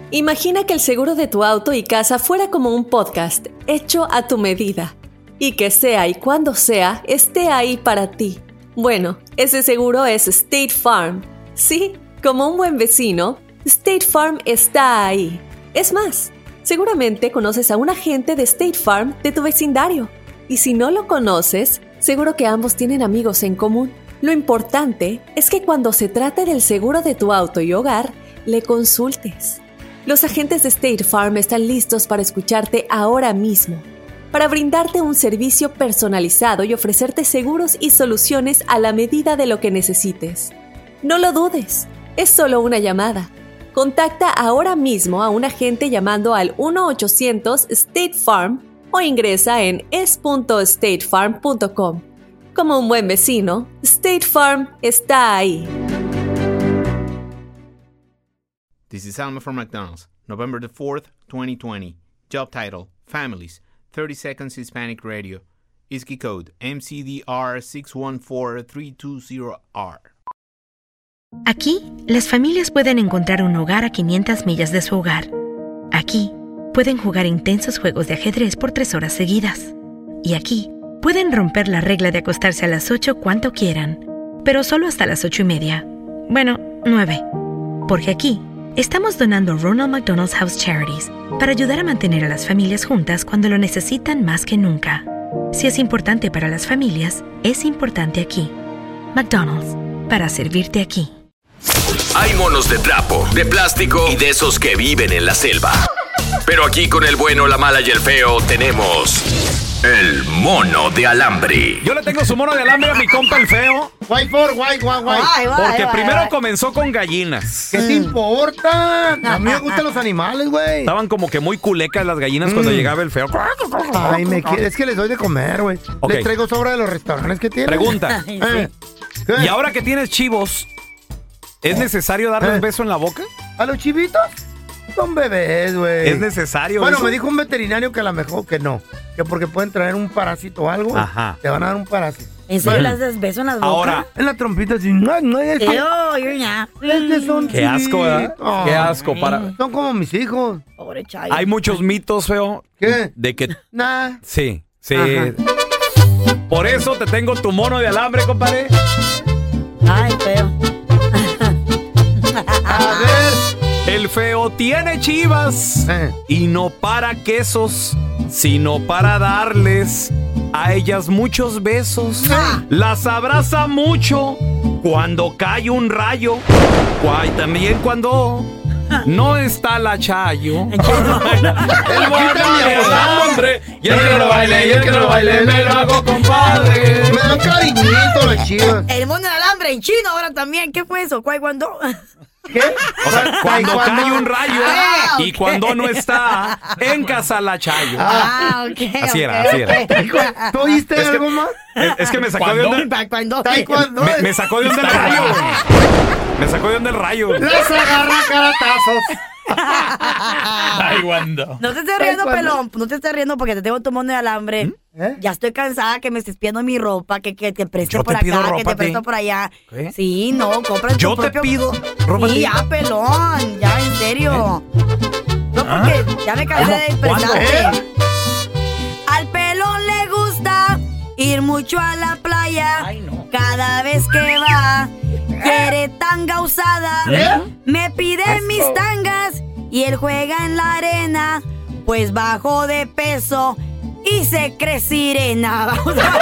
Imagina que el seguro de tu auto y casa fuera como un podcast hecho a tu medida y que sea y cuando sea esté ahí para ti. Bueno, ese seguro es State Farm. Sí, como un buen vecino, State Farm está ahí. Es más, seguramente conoces a un agente de State Farm de tu vecindario. Y si no lo conoces, seguro que ambos tienen amigos en común. Lo importante es que cuando se trate del seguro de tu auto y hogar, le consultes. Los agentes de State Farm están listos para escucharte ahora mismo, para brindarte un servicio personalizado y ofrecerte seguros y soluciones a la medida de lo que necesites. No lo dudes, es solo una llamada. Contacta ahora mismo a un agente llamando al 1-800-STATE-FARM o ingresa en es.statefarm.com. Como un buen vecino, State Farm está ahí. This is Alma from McDonald's, November the 4th, 2020. Job title, Families, 30 Seconds Hispanic Radio. ISKI code, MCDR614320R. Aquí, las familias pueden encontrar un hogar a 500 millas de su hogar. Aquí, pueden jugar intensos juegos de ajedrez por 3 horas seguidas. Y aquí, pueden romper la regla de acostarse a las 8 cuanto quieran, pero solo hasta las 8:30. Bueno, 9. Porque aquí, estamos donando Ronald McDonald's House Charities para ayudar a mantener a las familias juntas cuando lo necesitan más que nunca. Si es importante para las familias, es importante aquí. McDonald's, para servirte aquí. Hay monos de trapo, de plástico y de esos que viven en la selva. Pero aquí con el bueno, la mala y el feo tenemos el mono de alambre. Yo le tengo su mono de alambre a mi compa el feo. Guay. Porque primero comenzó con gallinas. ¿Qué te importa? A mí me gustan los animales, güey. Estaban como que muy culecas las gallinas cuando llegaba el feo. Ay, es que les doy de comer, güey. Okay. Les traigo sobra de los restaurantes que tienen. Pregunta. ¿Qué? Y ahora que tienes chivos, ¿es necesario darles beso en la boca? ¿A los chivitos? Son bebés, güey. ¿Es necesario Bueno, eso? me dijo un veterinario que a lo mejor que no. Que porque pueden traer un parásito o algo. Ajá. Te van a dar un parásito. ¿En serio les das beso en las bocas? Ahora, En la trompita así. No es que son qué asco, ¿verdad? chivitos. Qué asco. Son como mis hijos. Pobre Chayo. Hay muchos mitos, feo. ¿Qué? De que... Nah. Sí. Ajá. Por eso te tengo tu mono de alambre, compadre. Ay, feo. A ver. El feo tiene chivas y no para quesos, sino para darles a ellas muchos besos. Las abraza mucho cuando cae un rayo. Y también cuando no está la Chayo. El mono de alambre. Y el que no baile, me lo hago, compadre. Me dan cariñito las chivas. El mono de alambre en chino ahora también. ¿Qué fue eso? ¿Cuál cuando? ¿Qué? O sea, cuando cae un rayo y ok. cuando no está en casa la Chayo. Ok. Así era. ¿Tú oíste algo más? Es que me sacó de onda. Taekwondo. Me sacó de onda el rayo. Me sacó de onda el rayo. Las agarra caratazos. Taekwondo. No te estés riendo, pelón. No te estés riendo porque te tengo tu mono de alambre. Ya estoy cansada que me estés pidiendo mi ropa, que te presto Yo por te acá, pido que ropa te a ti. presto por allá. ¿Qué? Sí, no, compra Yo tu te propio... pido ropa a Sí, ti. ya, pelón. Ya, en serio. No, porque ya me cansé de prestarte. Al pelón le gusta ir mucho a la playa. Ay, no. Cada vez que va, quiere tanga usada. Me pide mis tangas y él juega en la arena, pues bajó de peso y se cree sirena. Vamos a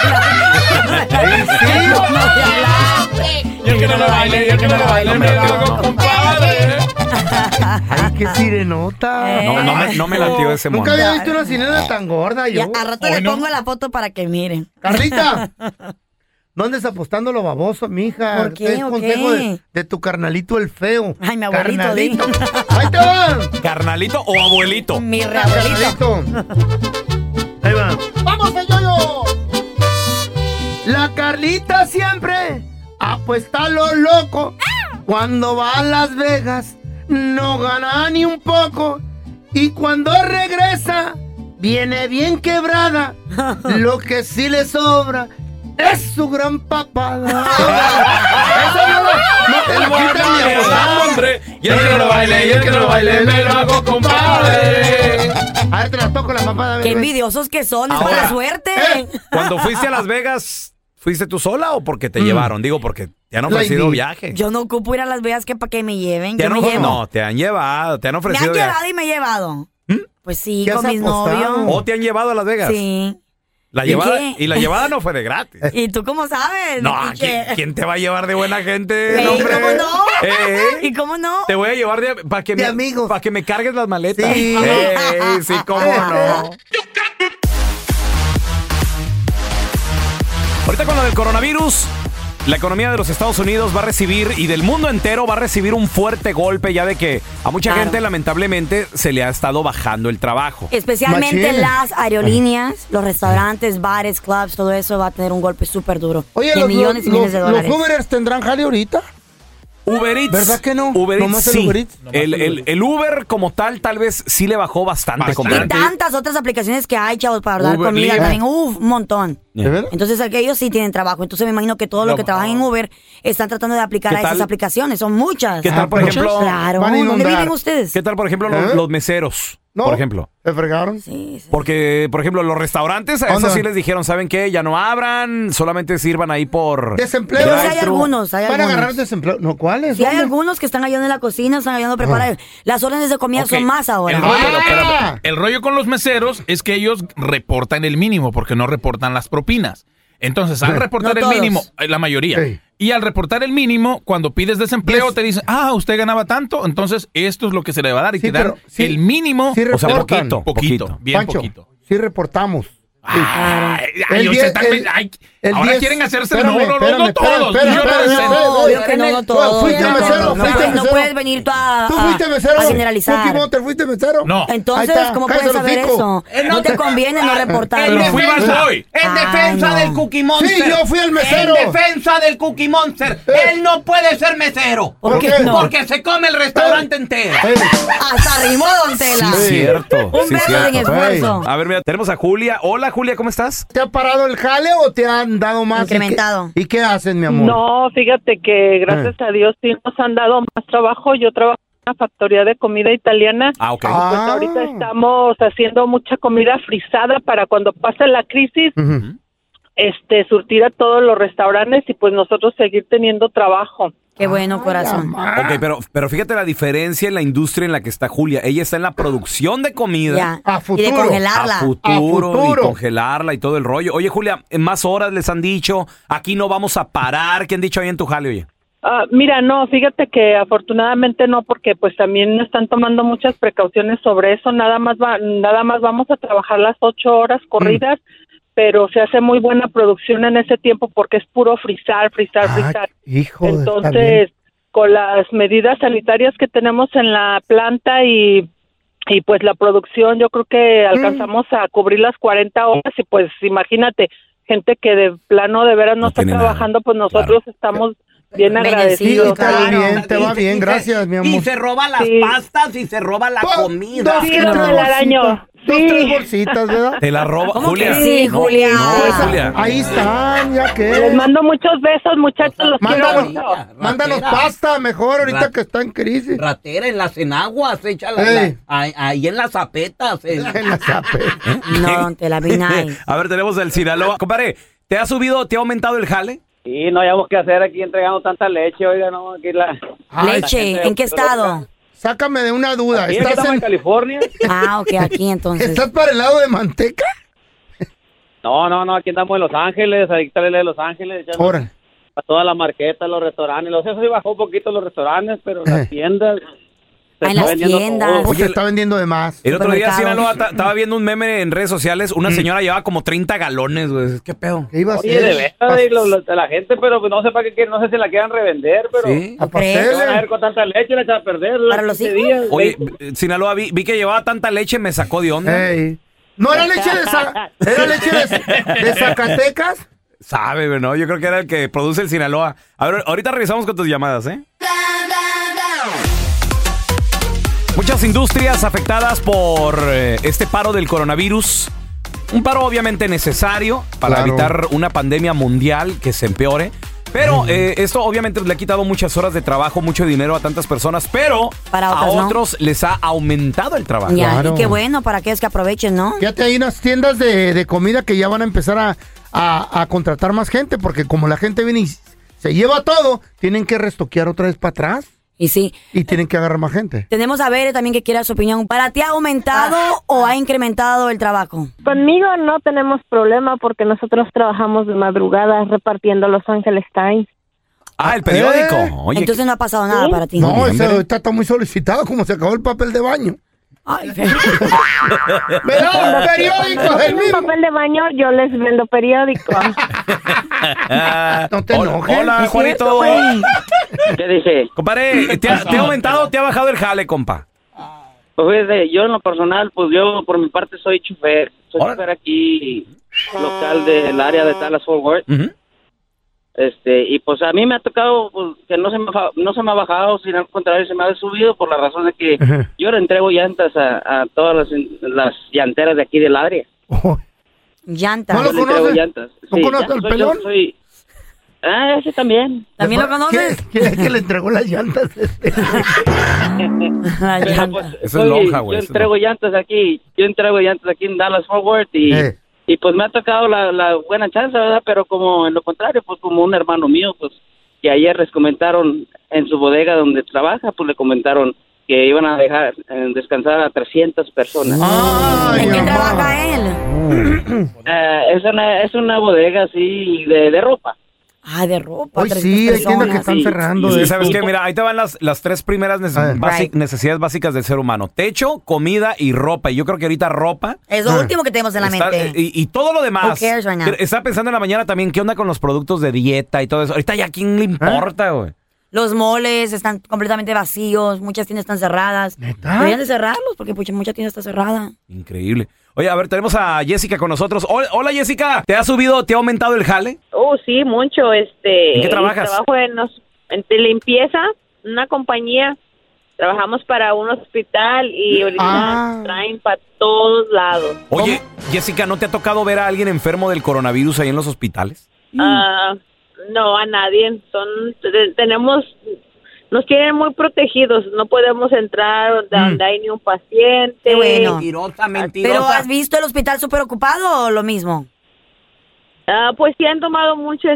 bailar. Yo que no lo baile, me lo hago, compadre. Ay, qué sirenota. No me latió ese mono. Nunca había visto una sirena tan gorda. Ya, Yo. al rato le pongo la foto para que miren. Carlita, no andes apostando lo baboso, mija. ¿Por qué, Es o consejo qué? de tu carnalito el feo. Ay, mi abuelito, Carnalito. Ahí te va. ¿Carnalito o abuelito? Mi reabuelito. Carnalito. Ahí va. ¡Vamos, el yo-yo! La Carlita siempre apuesta a lo loco. Cuando va a Las Vegas no gana ni un poco. Y cuando regresa viene bien quebrada. Lo que sí le sobra es su gran papada. El hombre. Y el que no baile, me lo hago, compadre. A ver, te las toco la papada. Qué envidiosos que son, es para suerte. Cuando fuiste a Las Vegas, ¿fuiste tú sola o porque te llevaron? Digo, porque te han ofrecido viaje. Yo no ocupo ir a Las Vegas que para que me lleven. Te han llevado, te han ofrecido viaje. Me han viaje. llevado y me he llevado. Pues sí, ¿Qué con has mis apostado? novios. ¿O te han llevado a Las Vegas? Sí. La ¿Y llevada, qué? y la llevada no fue de gratis. ¿Y tú cómo sabes? No, ¿Y qué? ¿quién te va a llevar de buena gente? Ey, hombre? ¿cómo no? ¿Y ¿Eh? cómo no? Te voy a llevar De amigos. para que me cargues las maletas. Sí. Sí, cómo no. Ahorita con lo del coronavirus, la economía de los Estados Unidos va a recibir, y del mundo entero va a recibir un fuerte golpe, ya de que a mucha gente lamentablemente se le ha estado bajando el trabajo. Especialmente Machín. las aerolíneas, los restaurantes, bares, clubs, todo eso va a tener un golpe súper duro. Oye, de millones y millones de dólares. ¿Los Uberers tendrán jale ahorita? Uber Eats. ¿Verdad que no? Uber Eats, Nomás el sí. Uber Eats. El Uber como tal vez sí le bajó bastante. Y compadre. tantas otras aplicaciones que hay, chavos, para dar Uber comida Libre. también. Un montón. ¿De verdad? Entonces, aquellos sí tienen trabajo. Entonces, me imagino que todos los que trabajan en Uber están tratando de aplicar ¿Qué a esas tal? aplicaciones. Son muchas. ¿Qué tal, por ejemplo? Claro. Van a ¿Dónde inundar. viven ustedes? ¿Qué tal, por ejemplo, los meseros? No. Por ejemplo. ¿Se fregaron? Sí, sí. Porque, por ejemplo, los restaurantes, a ¿Dónde? esos sí les dijeron, ¿saben qué? Ya no abran, solamente sirvan ahí por... Desempleo. Pero sí hay drive-thru. algunos, hay Van a agarrar algunos. desempleo. ¿No cuáles? Sí hay ¿Dónde? algunos que están ayudando en la cocina, están ayudando a preparar. Las órdenes de comida Ok, son más ahora. El rollo, Ah. espérame. El rollo con los meseros es que ellos reportan el mínimo porque no reportan las propinas. Entonces, al reportar No el todos. mínimo, la mayoría. Sí. Y al reportar el mínimo, cuando pides desempleo, te dicen, usted ganaba tanto, entonces esto es lo que se le va a dar. Y Sí, te dan pero sí- el mínimo, sí O sea, reportan. poquito. bien Pancho, poquito. sí reportamos. Ay, El usted 10, también- el- ay, el ahora 10, quieren hacerse espérame, no todos. espérame, Yo no espérame, sé. No, obvio que no todos. Fuiste mesero, No fuiste puedes- no mesero. puedes venir tú a ¿Tú fuiste mesero? a generalizar. Cookie Monster, ¿fuiste mesero? No. Entonces, Ahí está, ¿cómo cállate puedes el saber hocico. eso? No te conviene no reportarlo. Pero fui más hoy. En Ay, defensa no. del Cookie Monster. Sí, yo fui el mesero. En defensa del Cookie Monster. Él no puede ser mesero. ¿Por qué no? Porque se come el restaurante entero. Hasta rimó, don Tela. Sí, cierto. Un sí, beso cierto. sin esfuerzo. A ver, mira, tenemos a Julia. Hola, Julia, ¿cómo estás? ¿Te ha parado el jale o te han dado más? Incrementado. ¿Y qué haces, mi amor? No, fíjate que gracias a Dios sí nos han dado más trabajo. Yo trabajo en una factoría de comida italiana. Ah, ok. Pues Ah. ahorita estamos haciendo mucha comida frisada para cuando pase la crisis, Ujú. surtir a todos los restaurantes y pues nosotros seguir teniendo trabajo. Qué bueno, corazón. Ok, pero fíjate la diferencia en la industria en la que está Julia. Ella está en la producción de comida. Ya. A Y futuro. de congelarla. A futuro, A futuro. y congelarla y todo el rollo. Oye, Julia, en más horas les han dicho, aquí no vamos a parar. ¿Qué han dicho ahí en tu jale, oye? Mira, no, fíjate que afortunadamente no, porque pues también están tomando muchas precauciones sobre eso. Nada más vamos a trabajar las 8 horas corridas, pero se hace muy buena producción en ese tiempo porque es puro frizar. Hijo, está bien. Entonces, con las medidas sanitarias que tenemos en la planta y pues la producción, yo creo que alcanzamos a cubrir las 40 horas y pues imagínate, gente que de plano de veras no está tiene nada. trabajando, pues nosotros estamos bien Bendecidos, agradecidos. Te va claro. bien, te va bien, gracias, mi Y amor. se roba las Sí. pastas y se roba la Dos- comida. dos, Sí, tres don bolsitas. Telaraño. Dos, Sí. tres bolsitas, ¿verdad? Te la roba, ¿Cómo Julia. que sí, No, Julia? No, Julia. Ahí están, ya Les que. mando muchos besos, muchachos, los quiero Mándanos, mucho. mándanos pasta mejor ahorita que está en crisis. Ratera en las enaguas, échala Ey. ahí en las zapetas. En la zape. No, don Tela, be nice. A ver, tenemos el Sinaloa. Compadre, ¿te ha aumentado el jale? Sí, no hayamos que hacer aquí entregando tanta leche, oiga, no, aquí la... Leche, ¿en qué estado? Sácame de una duda. Aquí estamos en California. Ah, ok, aquí entonces. ¿Estás para el lado de manteca? No, aquí andamos en Los Ángeles, ahí está de Los Ángeles, echando Ahora. a todas las marquetas, los restaurantes, eso sí bajó un poquito los restaurantes, pero las tiendas... se En está las vendiendo tiendas. todo. Porque está vendiendo de más. El otro día, Supermercados. Sinaloa, estaba viendo un meme en redes sociales. Una señora llevaba como 30 galones, güey. ¿Qué pedo? ¿Qué iba a Oye, de hacer? verdad, de la gente, pero pues no sé para qué, no sé si la quieran revender, pero... Sí. A ¿Crees? ¿Qué van a pastel. ver con tanta leche? La echan a perder. ¿Para los 15 hijos? días. Oye, Sinaloa, vi que llevaba tanta leche, me sacó de onda. Ey. ¿No era leche era leche de Zacatecas? Sabe, güey, ¿no? Yo creo que era el que produce el Sinaloa. A ver, ahorita revisamos con tus llamadas, ¿eh? Muchas industrias afectadas por este paro del coronavirus. Un paro obviamente necesario para Claro. evitar una pandemia mundial que se empeore. Pero esto obviamente le ha quitado muchas horas de trabajo, mucho dinero a tantas personas, pero a otros les ha aumentado el trabajo. Ya, y qué bueno para aquellos que aprovechen, ¿no? Fíjate, hay unas tiendas de comida que ya van a empezar a contratar más gente, porque como la gente viene y se lleva todo, tienen que restoquear otra vez para atrás. Y sí. Y tienen que agarrar más gente. Tenemos a Bere también que quiera su opinión. ¿Para ti ha aumentado o ha incrementado el trabajo? Conmigo no tenemos problema porque nosotros trabajamos de madrugada repartiendo Los Angeles Times. Ah, el periódico. Oye, entonces no ha pasado nada para ti. No, ese está muy solicitado, como se acabó el papel de baño. Ay, ¡Pero periódicos! Si no papel de baño, yo les vendo periódicos. No te enojes. Hola, Juanito. ¿Qué dice? Compadre, ¿te ha aumentado o te ha bajado el jale, compa? Pues yo en lo personal, pues yo por mi parte soy chofer. Soy chofer aquí local del área de Dallas-Fort Worth. Y pues a mí me ha tocado pues, que no se me ha bajado, sino al contrario se me ha subido por la razón de que yo le entrego llantas a todas las llanteras de aquí del área. ¿Llantas? ¿No lo conoces? Llantas. ¿No conoces al pelón? Ese también. ¿También lo conoces? ¿Quién es que le entregó las llantas? La llanta. Pues, eso es lonja, güey. Yo entrego llantas aquí en Dallas-Fort Worth y pues me ha tocado la buena chance, ¿verdad? Pero como en lo contrario, pues como un hermano mío, pues que ayer les comentaron en su bodega donde trabaja, pues le comentaron que iban a dejar descansar a 300 personas. ¿En qué trabaja él? Es una bodega así de ropa. Ah, de ropa. Hoy sí, hay tiendas que están cerrando. Sí, ¿sabes qué? Mira, ahí te van las tres primeras necesidades básicas del ser humano. Techo, comida y ropa. Y yo creo que ahorita ropa... Es lo último que tenemos en la mente. Y todo lo demás. Who cares right now? Estaba pensando en la mañana también, ¿qué onda con los productos de dieta y todo eso? Ahorita ya, ¿quién le importa, güey? Los moles están completamente vacíos, muchas tiendas están cerradas. ¿Neta? Deberían de cerrarlos porque mucha tienda está cerrada. Increíble. Oye, a ver, tenemos a Jessica con nosotros. Hola, Jessica. ¿Te ha aumentado el jale? Oh, sí, mucho. ¿En qué trabajas? Trabajo en limpieza, una compañía. Trabajamos para un hospital y ahorita nos traen para todos lados. Oye, Jessica, ¿no te ha tocado ver a alguien enfermo del coronavirus ahí en los hospitales? No, a nadie. Nos tienen muy protegidos. No podemos entrar donde hay ni un paciente. Qué bueno. Mentirosa. ¿Pero has visto el hospital súper ocupado o lo mismo? Pues sí han tomado muchas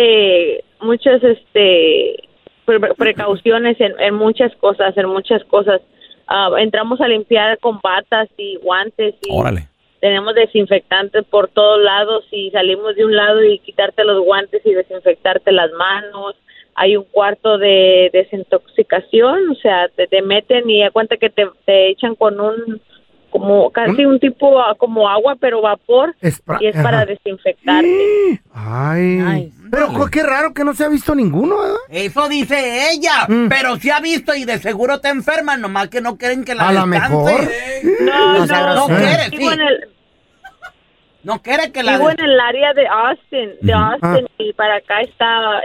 precauciones en muchas cosas, entramos a limpiar con batas y guantes y órale. Tenemos desinfectantes por todos lados y salimos de un lado y quitarte los guantes y desinfectarte las manos. Hay un cuarto de desintoxicación, o sea, te meten y da cuenta que te echan con casi un tipo como agua, pero vapor, y es para desinfectarte. Ay. Pero qué raro que no se ha visto ninguno, ¿verdad? Eso dice ella, pero sí ha visto y de seguro te enferman, nomás que no quieren que la descanse. A lo mejor. No quiere, sí. No quiere que la... Vivo en el área de Austin, y para acá está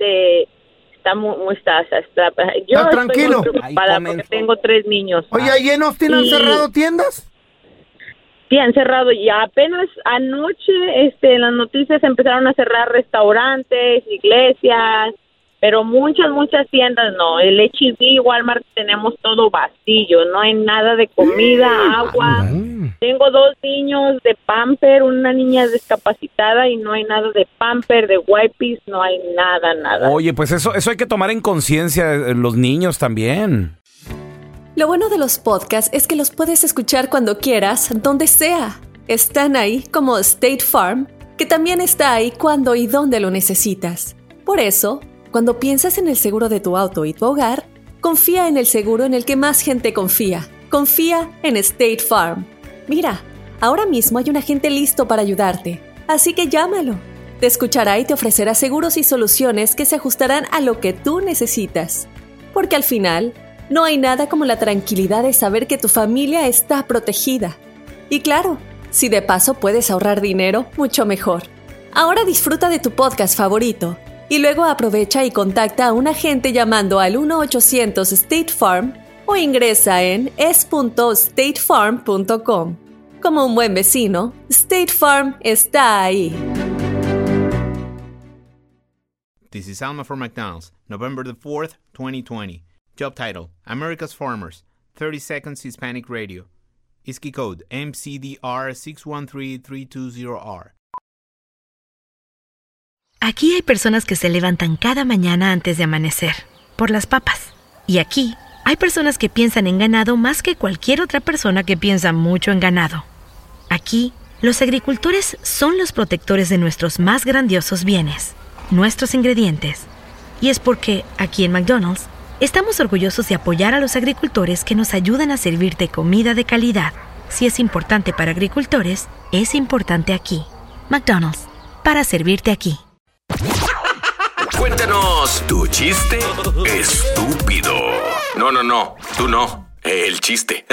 yo estoy tranquilo. Muy preocupada porque tengo 3 niños. Oye, ¿y en Austin han cerrado tiendas? Sí, han cerrado y apenas anoche en las noticias empezaron a cerrar restaurantes, iglesias, pero muchas tiendas no. El H-E-B, Walmart, tenemos todo vacío, no hay nada de comida, agua. Tengo 2 niños de pamper, una niña discapacitada y no hay nada de pamper, de wipes, no hay nada. Oye, pues eso hay que tomar en conciencia los niños también. Lo bueno de los podcasts es que los puedes escuchar cuando quieras, donde sea. Están ahí como State Farm, que también está ahí cuando y donde lo necesitas. Por eso, cuando piensas en el seguro de tu auto y tu hogar, confía en el seguro en el que más gente confía. Confía en State Farm. Mira, ahora mismo hay un agente listo para ayudarte, así que llámalo. Te escuchará y te ofrecerá seguros y soluciones que se ajustarán a lo que tú necesitas. Porque al final, no hay nada como la tranquilidad de saber que tu familia está protegida. Y claro, si de paso puedes ahorrar dinero, mucho mejor. Ahora disfruta de tu podcast favorito y luego aprovecha y contacta a un agente llamando al 1-800-STATE-FARM o ingresa en es.statefarm.com. Como un buen vecino, State Farm está ahí. This is Alma from McDonald's, November the 4th, 2020. Job title, America's Farmers, 30 Seconds Hispanic Radio. ISKI code, MCDR613320R. Aquí hay personas que se levantan cada mañana antes de amanecer, por las papas. Y aquí hay personas que piensan en ganado más que cualquier otra persona que piensa mucho en ganado. Aquí, los agricultores son los protectores de nuestros más grandiosos bienes, nuestros ingredientes. Y es porque, aquí en McDonald's, estamos orgullosos de apoyar a los agricultores que nos ayudan a servirte comida de calidad. Si es importante para agricultores, es importante aquí. McDonald's, para servirte aquí. Cuéntanos tu chiste estúpido. No, tú no. El chiste.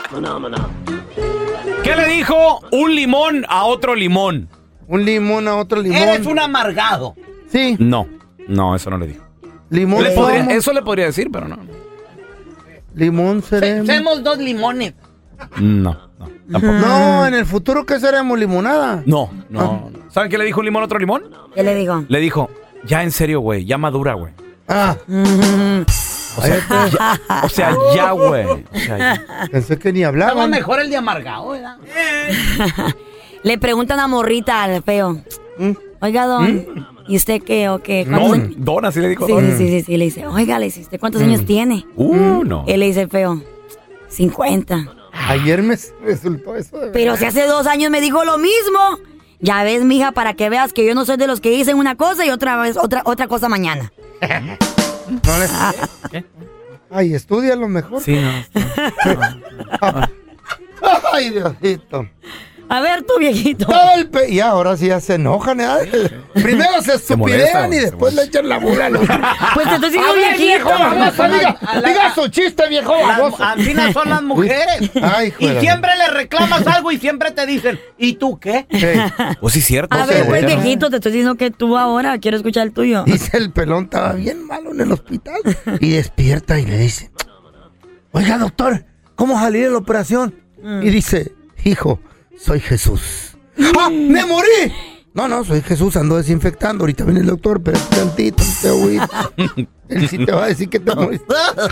¿Qué le dijo un limón a otro limón? Un limón a otro limón. Eres un amargado. Sí. No, eso no le dijo. Limón. Eso le podría decir, pero no. Limón seremos. Seremos 2 limones. No, tampoco. No, en el futuro, ¿qué seremos? ¿Limonada? No. ¿Saben qué le dijo un limón a otro limón? ¿Qué le digo? Le dijo, ya en serio, güey, ya madura, güey. O sea, ya, güey. Pensé que ni hablaba. Estaba mejor el de amargado, ¿verdad? Le pregunta una morrita al feo. Oiga, don, ¿y usted qué o qué? Don, así le dijo. Sí, le dice, oiga, le dice, ¿usted cuántos años tiene? No. Él le dice el feo, 50. Ayer me resultó eso de Pero si hace 2 años me dijo lo mismo. Ya ves, mija, para que veas que yo no soy de los que dicen una cosa y otra vez otra cosa mañana. No le... ¿Qué? Ay, estúdialo mejor. Sí, no. Ay, Diosito. A ver, tú, viejito. Y ahora sí ya se enojan, ¿eh? Primero se estupidean y después le echan la burla. Pues te estoy diciendo viejito. Diga su chiste, viejo. Antinas son las mujeres. Ay, y siempre le reclamas algo y siempre te dicen, ¿y tú qué? Pues sí, cierto. A ver, pues, viejito, te estoy diciendo que tú ahora quiero escuchar el tuyo. Dice el pelón, estaba bien malo en el hospital. Y despierta y le dice, oiga, doctor, ¿cómo salí de la operación? Y dice, hijo, soy Jesús. ¡Ah! ¡Me morí! No, soy Jesús, ando desinfectando. Ahorita viene el doctor, pero tantito, te voy. Él sí te va a decir que te moriste.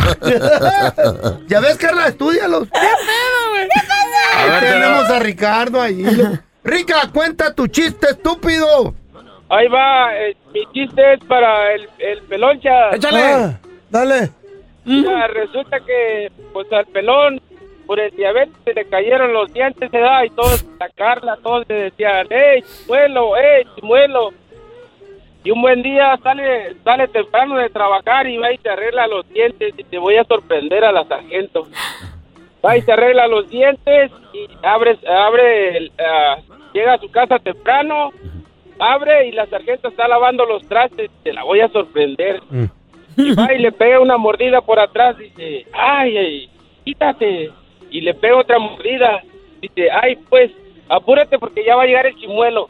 Ya ves, Carla, estúdialos. ¿Qué pedo, güey? ¿Qué pasa? A ver, tenemos a Ricardo ahí. Rica, cuenta tu chiste estúpido. Ahí va, mi chiste es para el peloncha. ¡Échale! Dale. Resulta que, pues, al pelón, por el diabetes, se le cayeron los dientes, se da, y todos, la Carla, todos le decían, ¡Ey, chimuelo! Y un buen día sale temprano de trabajar y va y se arregla los dientes, y te voy a sorprender a la sargento. Va y se arregla los dientes y llega a su casa temprano, abre y la sargento está lavando los trastes, te la voy a sorprender. Y va y le pega una mordida por atrás, dice, ¡ay, quítate! Y le pega otra mordida, dice, ¡ay, pues, apúrate porque ya va a llegar el chimuelo!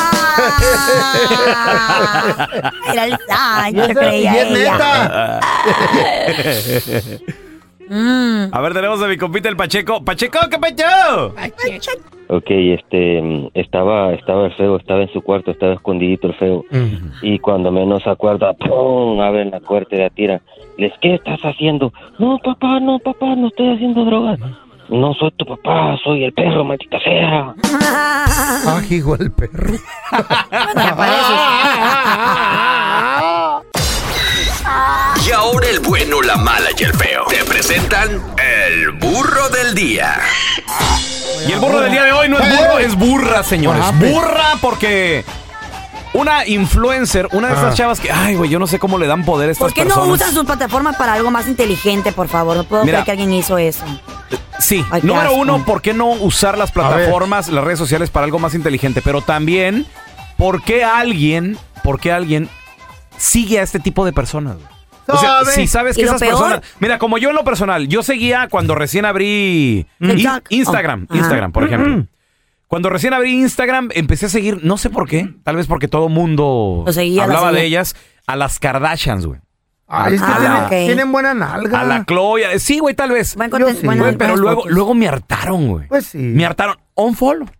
Era el yo creía ella. A ver, tenemos a mi compita el Pacheco. ¡Pacheco, qué pacho! Ok, estaba el feo, estaba en su cuarto, estaba escondidito el feo. Y cuando menos se acuerda, ¡pum! Abren la puerta y la tira. ¿Qué estás haciendo? No, papá, no estoy haciendo drogas. No soy tu papá, soy el perro, maldita sea. Ah, hijo, el perro. Y ahora el bueno, la mala y el feo te presentan el burro del día. Y el burro del día de hoy no es burro, es burra, señores. Burra porque una influencer, una de esas chavas que, ay, güey, yo no sé cómo le dan poder a estas personas. ¿Por qué no usan sus plataformas para algo más inteligente, por favor? No puedo creer que alguien hizo eso. Sí, ay, número uno, ¿por qué no usar las plataformas, las redes sociales para algo más inteligente? Pero también, ¿por qué alguien sigue a este tipo de personas? O sea, si sabes que esas personas... Mira, como yo en lo personal, yo seguía cuando recién abrí Instagram, por ejemplo. Cuando recién abrí Instagram, empecé a seguir, no sé por qué, tal vez porque todo mundo hablaba de ellas, a las Kardashians, güey. Tienen buena nalga. A la Chloe, sí, güey, tal vez. Pero luego me hartaron, güey. Pues sí. Me hartaron. Unfollow.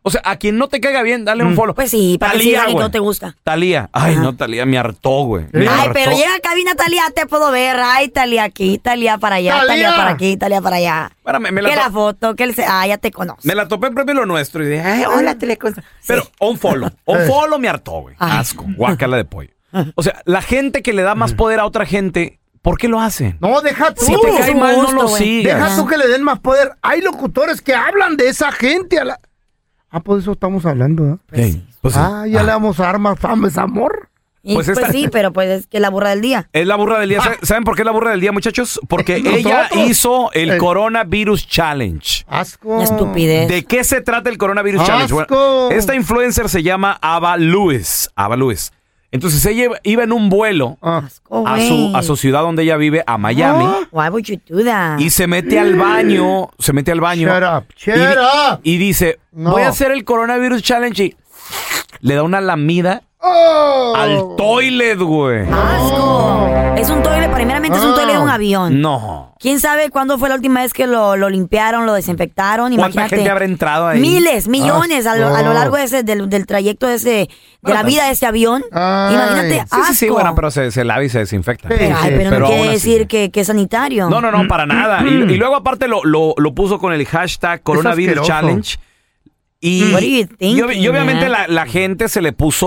O sea, a quien no te caiga bien, dale un follow. Pues sí, para que sigan y no te gusta. Talía. Ay, no, Talía me hartó, güey. Ay, pero llega a cabina, Talía, te puedo ver. Ay, Talía aquí, Talía para allá, Talía para aquí, Talía para allá. Espérame, que la foto, que el... Ah, ya te conozco. Me la topé en Premio Lo Nuestro y dije, ay, hola, Talía. Pero un follow me hartó, güey. Asco, guácala de pollo. O sea, la gente que le da más poder a otra gente, ¿por qué lo hacen? No, deja tú. Si te cae mal, no lo sigas. Deja tú que le den más poder. Hay locutores que hablan de esa gente a la... por eso estamos hablando, ¿eh? Pues sí. Ya le damos armas, fames, amor. Pues sí, pero pues es que es la burra del día. Es la burra del día. ¿Saben por qué es la burra del día, muchachos? Porque ella hizo el Coronavirus Challenge. Asco. Estupidez. ¿De qué se trata el Coronavirus Challenge? Bueno, esta influencer se llama Ava Lewis. Entonces ella iba en un vuelo a su ciudad donde ella vive, a Miami. Why would you do that? Y se mete al baño. Shut up. Y dice, voy a hacer el Coronavirus Challenge y le da una lamida al toilet, güey. ¡Asco! Es un toilet, primeramente es un toilet de un avión. No. ¿Quién sabe cuándo fue la última vez que lo limpiaron, lo desinfectaron? ¿Cuánta gente habrá entrado ahí? Miles, millones a lo largo de del trayecto de la vida de ese avión. Imagínate, asco. Sí, bueno, pero se lava y se desinfecta. Pero no quiere decir que es sanitario. No, para nada. Y luego aparte lo puso con el hashtag Coronavirus Challenge. Y obviamente la gente se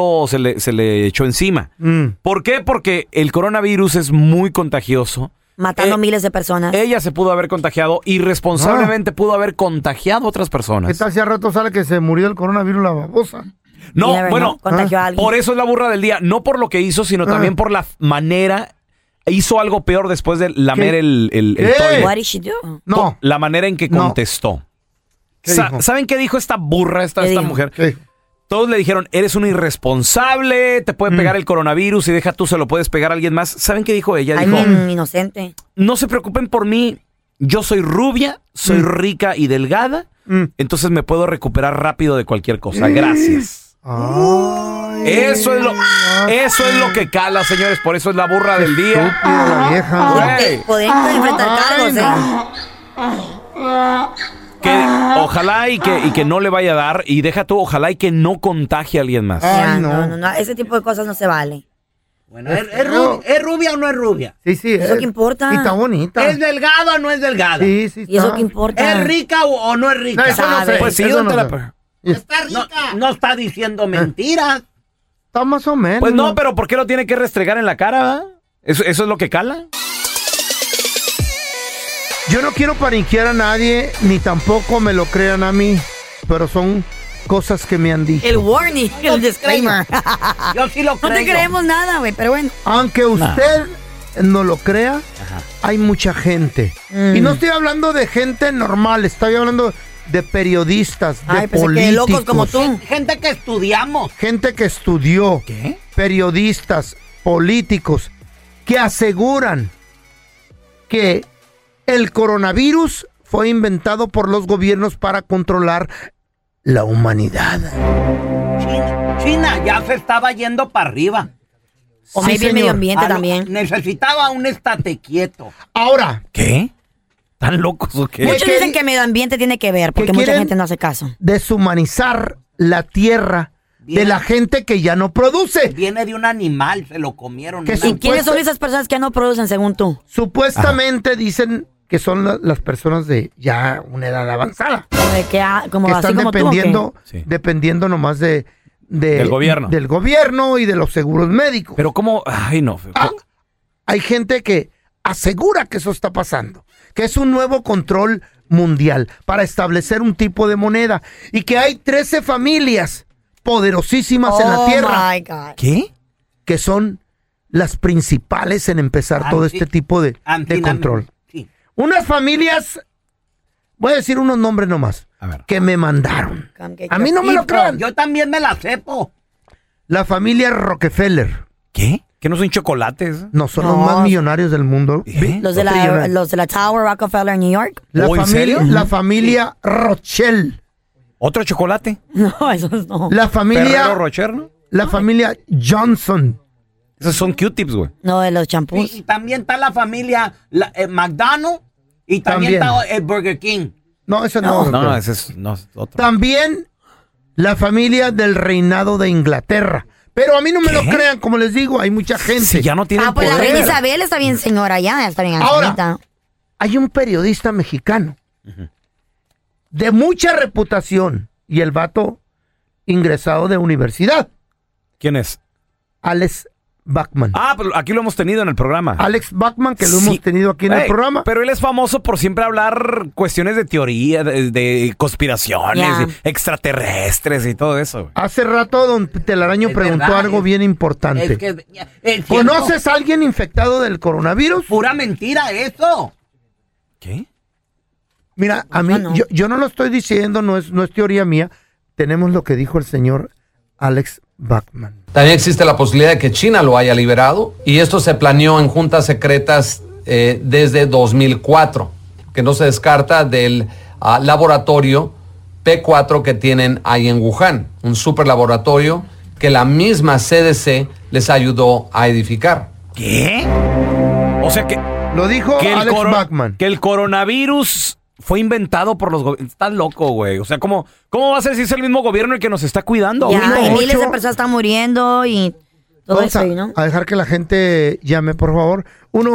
le echó encima. ¿Por qué? Porque el coronavirus es muy contagioso. Matando miles de personas. Ella se pudo haber contagiado, irresponsablemente pudo haber contagiado a otras personas. ¿Qué tal si al rato sale que se murió el coronavirus la babosa? No, bueno, contagió a alguien. Por eso es la burra del día. No por lo que hizo, sino también por la manera. Hizo algo peor después de lamer el toilet. What did she do? No. La manera en que contestó. ¿Saben qué dijo esta burra, esta mujer? ¿Qué? Todos le dijeron, eres un irresponsable, te puede pegar el coronavirus y deja tú, se lo puedes pegar a alguien más. ¿Saben qué dijo ella? Dijo, inocente. No se preocupen por mí, yo soy rubia, soy rica y delgada, entonces me puedo recuperar rápido de cualquier cosa. Gracias. Eso es lo que cala, señores, por eso es la burra del día. La vieja. Podemos enfrentar cargos, Que ojalá y que no le vaya a dar, y deja tú, ojalá y que no contagie a alguien más. No, ese tipo de cosas no se vale. Bueno, ¿es rubia o no es rubia? Sí. ¿Eso qué importa? Y está bonita. ¿Es delgada o no es delgada? Sí. ¿Y eso qué importa? ¿Es rica o no es rica? No, eso no sé. Pues sí, Está rica. No está diciendo mentiras. Está más o menos. Pues no, pero ¿por qué lo tiene que restregar en la cara, va? ¿Eso es lo que cala? Yo no quiero paniquear a nadie, ni tampoco me lo crean a mí, pero son cosas que me han dicho. El warning, el disclaimer. Yo sí lo creo. No te creemos nada, güey, pero bueno. Aunque usted no lo crea, hay mucha gente. Y no estoy hablando de gente normal, estoy hablando de periodistas, de políticos. Que locos como tú. Gente que estudiamos. Gente que estudió. ¿Qué? Periodistas, políticos, que aseguran que el coronavirus fue inventado por los gobiernos para controlar la humanidad. China ya se estaba yendo para arriba. O maybe el medio ambiente también. Necesitaba un estate quieto. Ahora. ¿Qué? ¿Tan locos o qué? Muchos dicen que el medio ambiente tiene que ver, porque mucha gente no hace caso. Deshumanizar la tierra de la gente que ya no produce. Viene de un animal, se lo comieron. ¿Y quiénes son esas personas que no producen, según tú? Supuestamente dicen que son las personas de ya una edad avanzada. Que están dependiendo nomás del gobierno. Del gobierno y de los seguros médicos. Pero ¿cómo? Ay, no. Hay gente que asegura que eso está pasando, que es un nuevo control mundial para establecer un tipo de moneda y que hay 13 familias poderosísimas en la tierra. My God. ¿Qué? Que son las principales en empezar todo este tipo de control. Sí. Unas familias, voy a decir unos nombres nomás, que me mandaron. A mí no me lo crean. Yo también me la sepo. La familia Rockefeller. ¿Qué? ¿Que no son chocolates? No, son los más millonarios del mundo. Los de la Tower Rockefeller en New York. ¿En serio? La familia Rothschild. ¿Otro chocolate? No, esos no. La familia Ferrero Rocher, ¿no? La familia Johnson. Esos son Q-tips, güey. No, de los champús. Sí, y también está la familia McDonald's y también está el Burger King. No, ese no. No, ese es otro. También la familia del reinado de Inglaterra. Pero a mí no me lo crean, como les digo, hay mucha gente. Si ya no tienen pues poder. la reina Isabel está bien señora ya está bien Ahora, ancianita. hay un periodista mexicano de mucha reputación y el vato ingresado de universidad. ¿Quién es? Alex Bachman. Pero aquí lo hemos tenido en el programa. Alex Bachman, que lo hemos tenido aquí en el programa. Pero él es famoso por siempre hablar cuestiones de teoría, de conspiraciones, extraterrestres y todo eso. Hace rato don Telaraño preguntó verdad, algo bien importante. ¿Conoces a alguien infectado del coronavirus? Pura mentira eso. ¿Qué? Mira, a mí, yo no lo estoy diciendo, no es teoría mía. Tenemos lo que dijo el señor Alex Bachman. También existe la posibilidad de que China lo haya liberado y esto se planeó en juntas secretas desde 2004, que no se descarta del laboratorio P4 que tienen ahí en Wuhan, un super laboratorio que la misma CDC les ayudó a edificar. ¿Qué? O sea que... Lo dijo Alex Bachman. Que el coronavirus fue inventado por los gobiernos. Estás loco, güey. O sea, ¿cómo va a ser si es el mismo gobierno el que nos está cuidando? Ya, y miles de personas están muriendo y todo Vamos eso, ¿no? a dejar que la gente llame, por favor.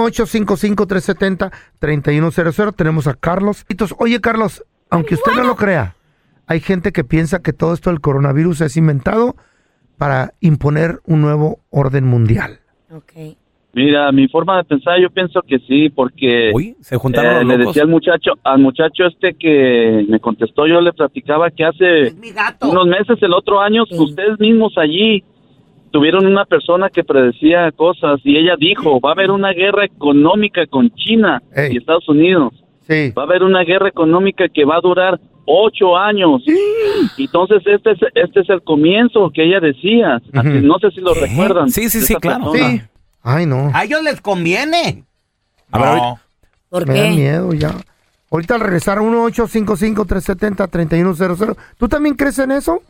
1-855-370-3100. Tenemos a Carlos. Oye, Carlos, aunque usted no lo crea, hay gente que piensa que todo esto del coronavirus es inventado para imponer un nuevo orden mundial. Okay. Mira, mi forma de pensar, yo pienso que sí, porque se juntaron los le locos. decía al muchacho que me contestó, yo le platicaba que hace unos meses, el otro año, ustedes mismos allí tuvieron una persona que predecía cosas y ella dijo, va a haber una guerra económica con China y Estados Unidos. Sí. Va a haber una guerra económica que va a durar 8 años. Entonces este es el comienzo que ella decía. Así, no sé si lo recuerdan. Sí, claro. Sí. Ay, no. A ellos les conviene. A ver, ¿por me qué? da miedo ya. Ahorita al regresar, 1-855-370-3100. ¿Tú también crees en eso?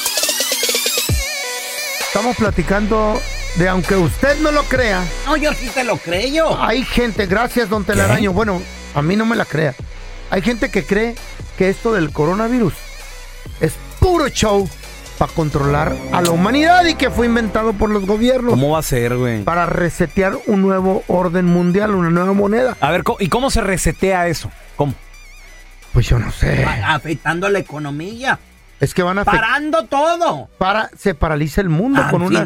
Estamos platicando de, aunque usted no lo crea. No, yo sí te lo creo. Hay gente, gracias, don Telaraño. Bueno, a mí no me la crea. Hay gente que cree que esto del coronavirus es puro show para controlar a la humanidad y que fue inventado por los gobiernos. ¿Cómo va a ser, güey? Para resetear un nuevo orden mundial, una nueva moneda. A ver, ¿y cómo se resetea eso? ¿Cómo? Pues yo no sé. Afectando la economía. Es que van a parando todo. Se paraliza el mundo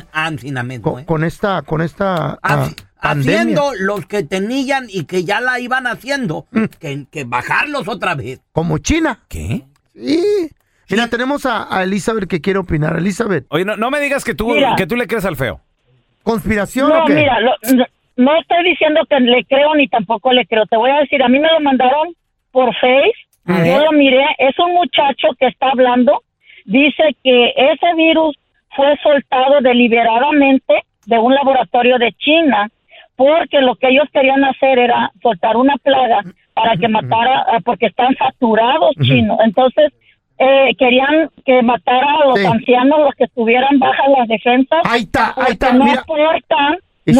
con esta pandemia. Haciendo los que tenían y que ya la iban haciendo, que bajarlos otra vez. Como China. ¿Qué? Sí. Mira, tenemos a Elizabeth que quiere opinar. Elizabeth. Oye, no me digas que tú le crees al feo. ¿Conspiración no, o qué? Mira, no estoy diciendo que le creo ni tampoco le creo. Te voy a decir, a mí me lo mandaron por Face. Yo lo miré. Es un muchacho que está hablando. Dice que ese virus fue soltado deliberadamente de un laboratorio de China porque lo que ellos querían hacer era soltar una plaga para que matara, porque están saturados chinos. Entonces, querían que matara a los ancianos, los que estuvieran bajas las defensas. Ahí está. No Mira. aportan,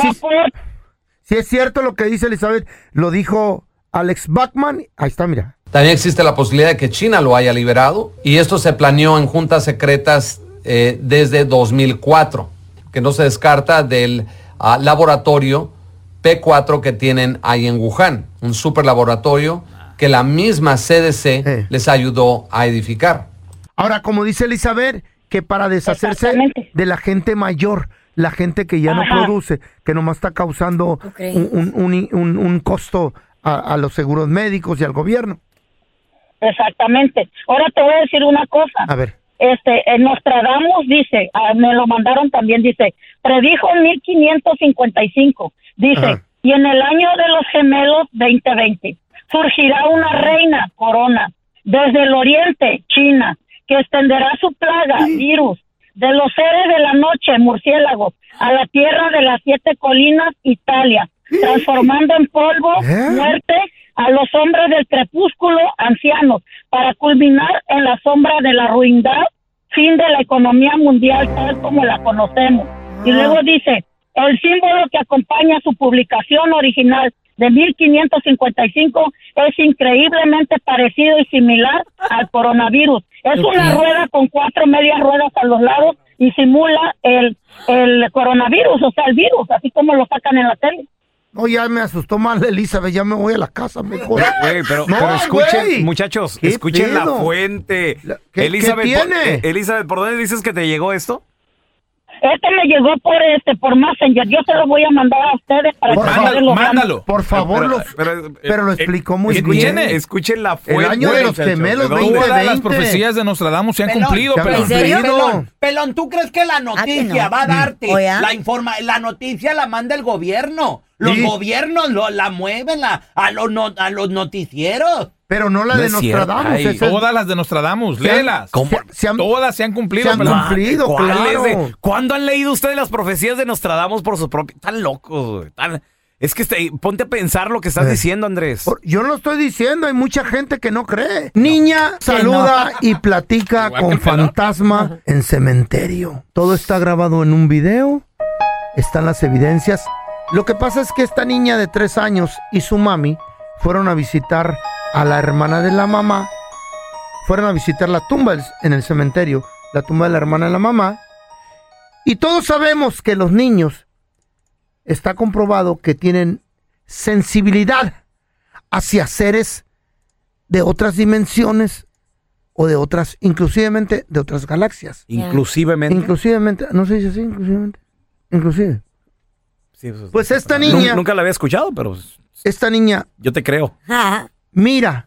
Si es cierto lo que dice Elizabeth, lo dijo Alex Bachman. Ahí está, mira. También existe la posibilidad de que China lo haya liberado y esto se planeó en juntas secretas desde 2004, que no se descarta del laboratorio P4 que tienen ahí en Wuhan, un super laboratorio que la misma CDC les ayudó a edificar. Ahora, como dice Elizabeth, que para deshacerse de la gente mayor, la gente que ya no produce, que nomás está causando un costo a los seguros médicos y al gobierno. Exactamente. Ahora te voy a decir una cosa. A ver. Nostradamus dice, me lo mandaron también, dice, predijo en 1555, dice, y en el año de los gemelos 2020, surgirá una reina corona desde el oriente, China, que extenderá su plaga, virus, de los seres de la noche, murciélagos, a la tierra de las 7 colinas, Italia, transformando en polvo, muerte, a los hombres del crepúsculo, ancianos, para culminar en la sombra de la ruindad, fin de la economía mundial tal como la conocemos. Y luego dice, el símbolo que acompaña su publicación original de 1555 es increíblemente parecido y similar al coronavirus. Es una rueda con 4 medias ruedas a los lados y simula el coronavirus, o sea, el virus, así como lo sacan en la tele. No, ya me asustó más Elizabeth, ya me voy a la casa mejor. Güey, pero escuchen, güey. muchachos, escuchen pedo? la fuente. ¿Qué Elizabeth, tiene? Elizabeth, ¿por dónde dices que te llegó esto? Este me llegó por Messenger. Yo se lo voy a mandar a ustedes para que ustedes lo vean. Mándalo. Por favor, pero lo explicó muy bien. Escuchen la fuente. El año de los gemelos 2020. Todas las profecías de Nostradamus se han cumplido, Pelón. Pelón. ¿En serio? Pelón, ¿tú crees que la noticia va a darte la noticia la manda el gobierno? Los gobiernos la mueven a los noticieros. Pero no la de Nostradamus. Todas las de Nostradamus, léelas. Todas se han cumplido. Se han cumplido, claro. ¿Cuándo han leído ustedes las profecías de Nostradamus por su propio? Están locos, güey. Es que ponte a pensar lo que estás diciendo, Andrés. Yo no lo estoy diciendo, hay mucha gente que no cree. Niña saluda y platica con fantasma en cementerio. Todo está grabado en un video, están las evidencias. Lo que pasa es que esta niña de 3 años y su mami fueron a visitar a la hermana de la mamá, fueron a visitar la tumba en el cementerio, la tumba de la hermana de la mamá, y todos sabemos que los niños, está comprobado que tienen sensibilidad hacia seres de otras dimensiones o de otras, inclusivemente de otras galaxias. Inclusivemente, no se dice así, inclusive. Sí, pues esta niña... Nunca la había escuchado, pero... Esta niña... Yo te creo. Mira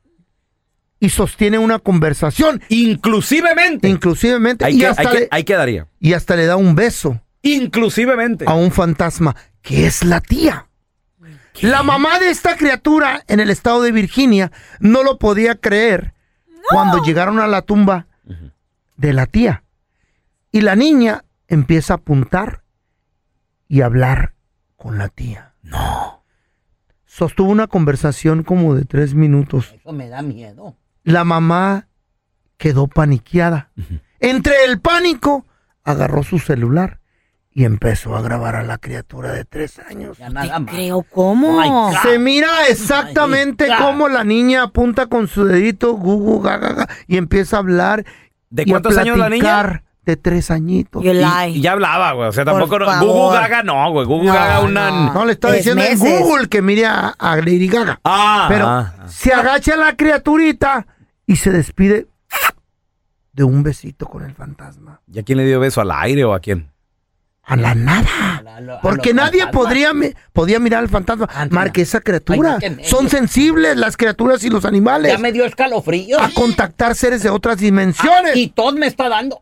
y sostiene una conversación. Inclusivemente. Ahí quedaría. Y hasta le da un beso. Inclusivemente. A un fantasma, que es la tía. ¿Qué? La mamá de esta criatura en el estado de Virginia no lo podía creer cuando llegaron a la tumba de la tía. Y la niña empieza a apuntar y hablar con la tía. No. Sostuvo una conversación como de 3 minutos. Eso me da miedo. La mamá quedó paniqueada. Entre el pánico, agarró su celular y empezó a grabar a la criatura de 3 años. Ya nada más. Creo, ¿cómo? Se mira exactamente cómo la niña apunta con su dedito, gugu, gaga, y empieza a hablar. ¿De cuántos años la niña? De 3 añitos. Y ya hablaba, güey. O sea, tampoco... Gugu Gaga no, güey. Gugu Gaga No, le está diciendo en Google que mire a Lady Gaga. Pero se agacha la criaturita y se despide de un besito con el fantasma. ¿Y a quién le dio beso? ¿Al aire o a quién? A la nada. Porque nadie podía mirar al fantasma. Marque esa criatura. Son sensibles las criaturas y los animales. Ya me dio escalofrío. A contactar seres de otras dimensiones. Y todo me está dando.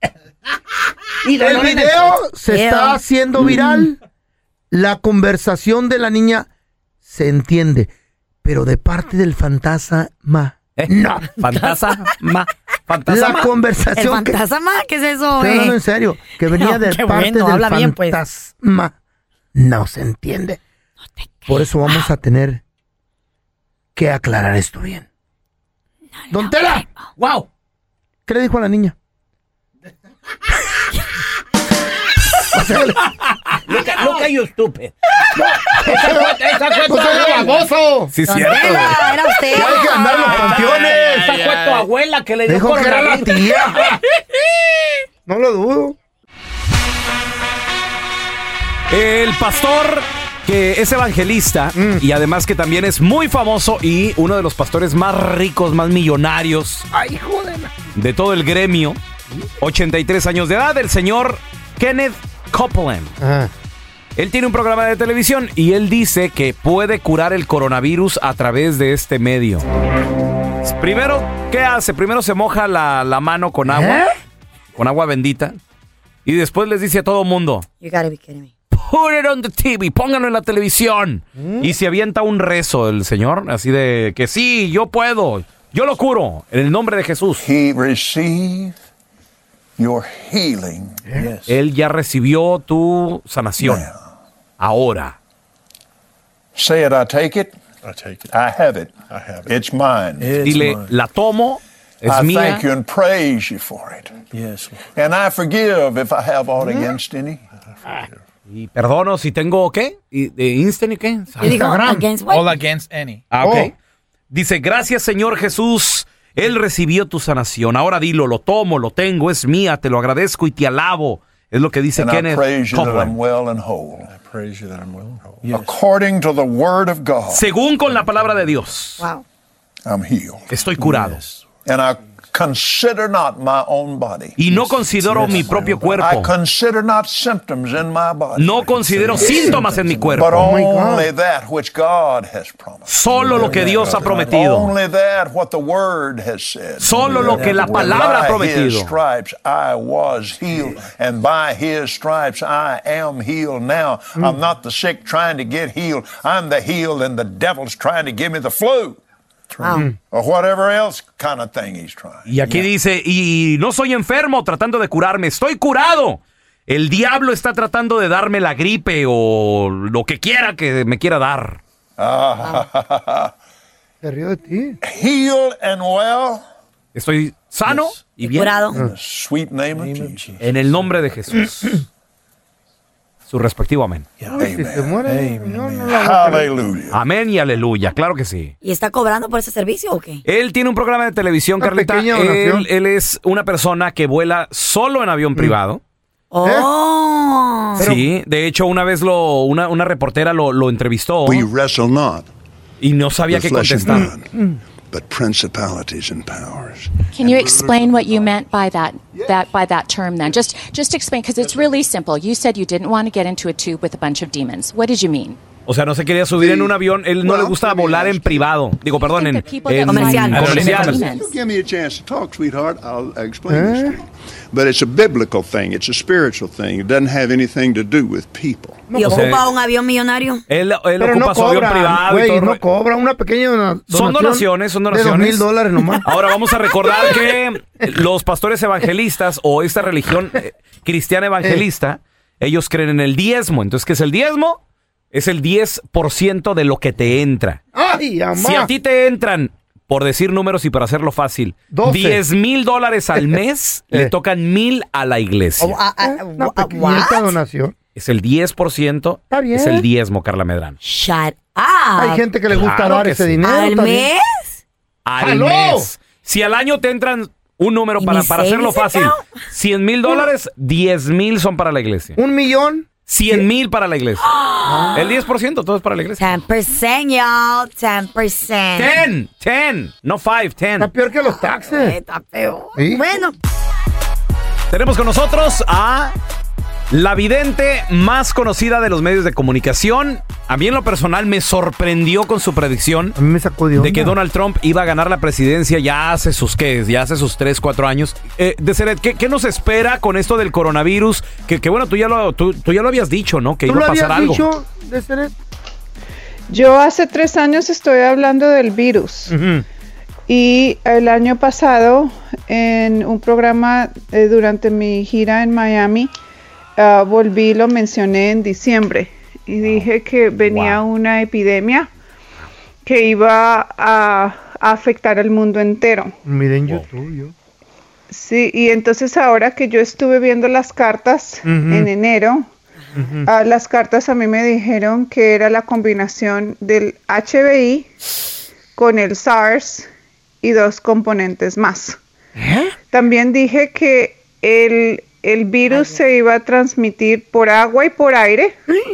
El video se está haciendo viral. La conversación de la niña se entiende, pero de parte del fantasma, no. ¿Fantasma? La conversación. ¿El fantasma? ¿Qué es eso, Estoy hablando en serio. Que venía de parte del fantasma. No se entiende. Por eso vamos a tener que aclarar esto bien. ¡Don Tela! ¡Wow! ¿Qué le dijo a la niña? Look at you stupid. Esa fue tu baboso. Sí, cierto. Era usted. Ya hay que andar los campeones. Esa fue tu abuela que le dijo que era la tía. No lo dudo. El pastor que es evangelista y además que también es muy famoso y uno de los pastores más ricos, más millonarios de todo el gremio. 83 años de edad, el señor Kenneth Copeland. Él tiene un programa de televisión y él dice que puede curar el coronavirus a través de este medio. Primero, ¿qué hace? Primero se moja la mano con agua, con agua bendita, y después les dice a todo mundo: You gotta be kidding me. Put it on the TV, pónganlo en la televisión. Y se avienta un rezo el señor, así de que sí, yo puedo, yo lo curo, en el nombre de Jesús. He received your healing. Yes. Él ya recibió tu sanación. Now. Ahora. Say it, I take it. I take it. I have it. I have it. It's mine. Dile, la tomo, es I mía. thank you and praise you for it. Yes. And I forgive if I have aught against any. Y perdono si tengo, ¿qué? ¿De Instant y qué? All against any. Ok. Dice, gracias Señor Jesús, Él recibió tu sanación. Ahora dilo, lo tomo, lo tengo, es mía, te lo agradezco y te alabo. Es lo que dice Kenneth Copeland. According to the word of God. Según con la palabra de Dios. Wow. I'm healed. Estoy curado. And I consider not my own body. Y no considero mi propio cuerpo. I consider not symptoms in my body. No considero síntomas en mi cuerpo. But only that which God has promised. Solo lo que Dios ha prometido. Only that what the word has said. Solo lo que la palabra ha prometido. By his stripes I was healed, and by his stripes I am healed now. I'm not the sick trying to get healed. I'm the healed, and the devil's trying to give me the flu. Or whatever else kind of thing he's trying. Y aquí dice, y no soy enfermo tratando de curarme, estoy curado. El diablo está tratando de darme la gripe o lo que quiera que me quiera dar. Se rió de ti. Healed and well. Estoy sano y bien. Curado. Sweet name of Jesus. En el nombre de Jesús. Su respectivo amén. Uy, si se muere, no Aleluya. Amén y aleluya, claro que sí. ¿Y está cobrando por ese servicio o qué? Él tiene un programa de televisión, Carlita. Él es una persona que vuela solo en avión privado. Oh. Sí, de hecho una vez una reportera lo entrevistó. We wrestle not. Y no sabía qué contestar. But principalities and powers. Can you explain what you meant by that term then? Just explain, because it's really simple. You said you didn't want to get into a tube with a bunch of demons. What did you mean? O sea, no se quería subir en un avión. Él no le gusta volar en privado. Digo, perdón, en comercial. Give me a chance to talk, sweetheart. I'll explain this to you. But it's a biblical thing. It's a spiritual thing. It doesn't have anything to do with people. ¿Y ocupa un avión millonario? Él ocupa su avión privado. Wey, y todo. No cobra una pequeña donación. Son donaciones. De $2,000 nomás. Ahora vamos a recordar que los pastores evangelistas o esta religión cristiana evangelista, ellos creen en el diezmo. Entonces, ¿qué es el diezmo? Es el 10% de lo que te entra. ¡Ay, amá! Si a ti te entran, por decir números y para hacerlo fácil, $10,000 al mes, le tocan 1,000 a la iglesia. Una pequeñita donación. Es el 10%. Está bien. Es el diezmo, Carla Medrano. Shut up. Hay gente que le gusta dar ese dinero. ¿Al mes? Al mes. Si al año te entran un número para hacerlo fácil, $100,000, 10,000 son para la iglesia. 1,000,000. 100,000 para la iglesia. El 10% todo es para la iglesia. 10%, y'all. 10%. 10. No 5, 10. Está peor que los taxes. Está peor. ¿Sí? Bueno. Tenemos con nosotros a la vidente más conocida de los medios de comunicación. A mí en lo personal me sorprendió con su predicción. A mí me sacó de que Donald Trump iba a ganar la presidencia ya hace sus 3, 4 años. Deseret, ¿qué nos espera con esto del coronavirus? Que bueno, tú ya lo habías dicho, ¿no? Que iba a pasar algo. ¿Tú lo habías dicho, Deseret? Yo hace 3 años estoy hablando del virus. Uh-huh. Y el año pasado, en un programa durante mi gira en Miami, volví y lo mencioné en diciembre. Y dije que venía una epidemia que iba a afectar al mundo entero. Miren YouTube, yo. Sí, y entonces ahora que yo estuve viendo las cartas en enero, las cartas a mí me dijeron que era la combinación del HBI con el SARS y 2 componentes más. También dije que el virus se iba a transmitir por agua y por aire.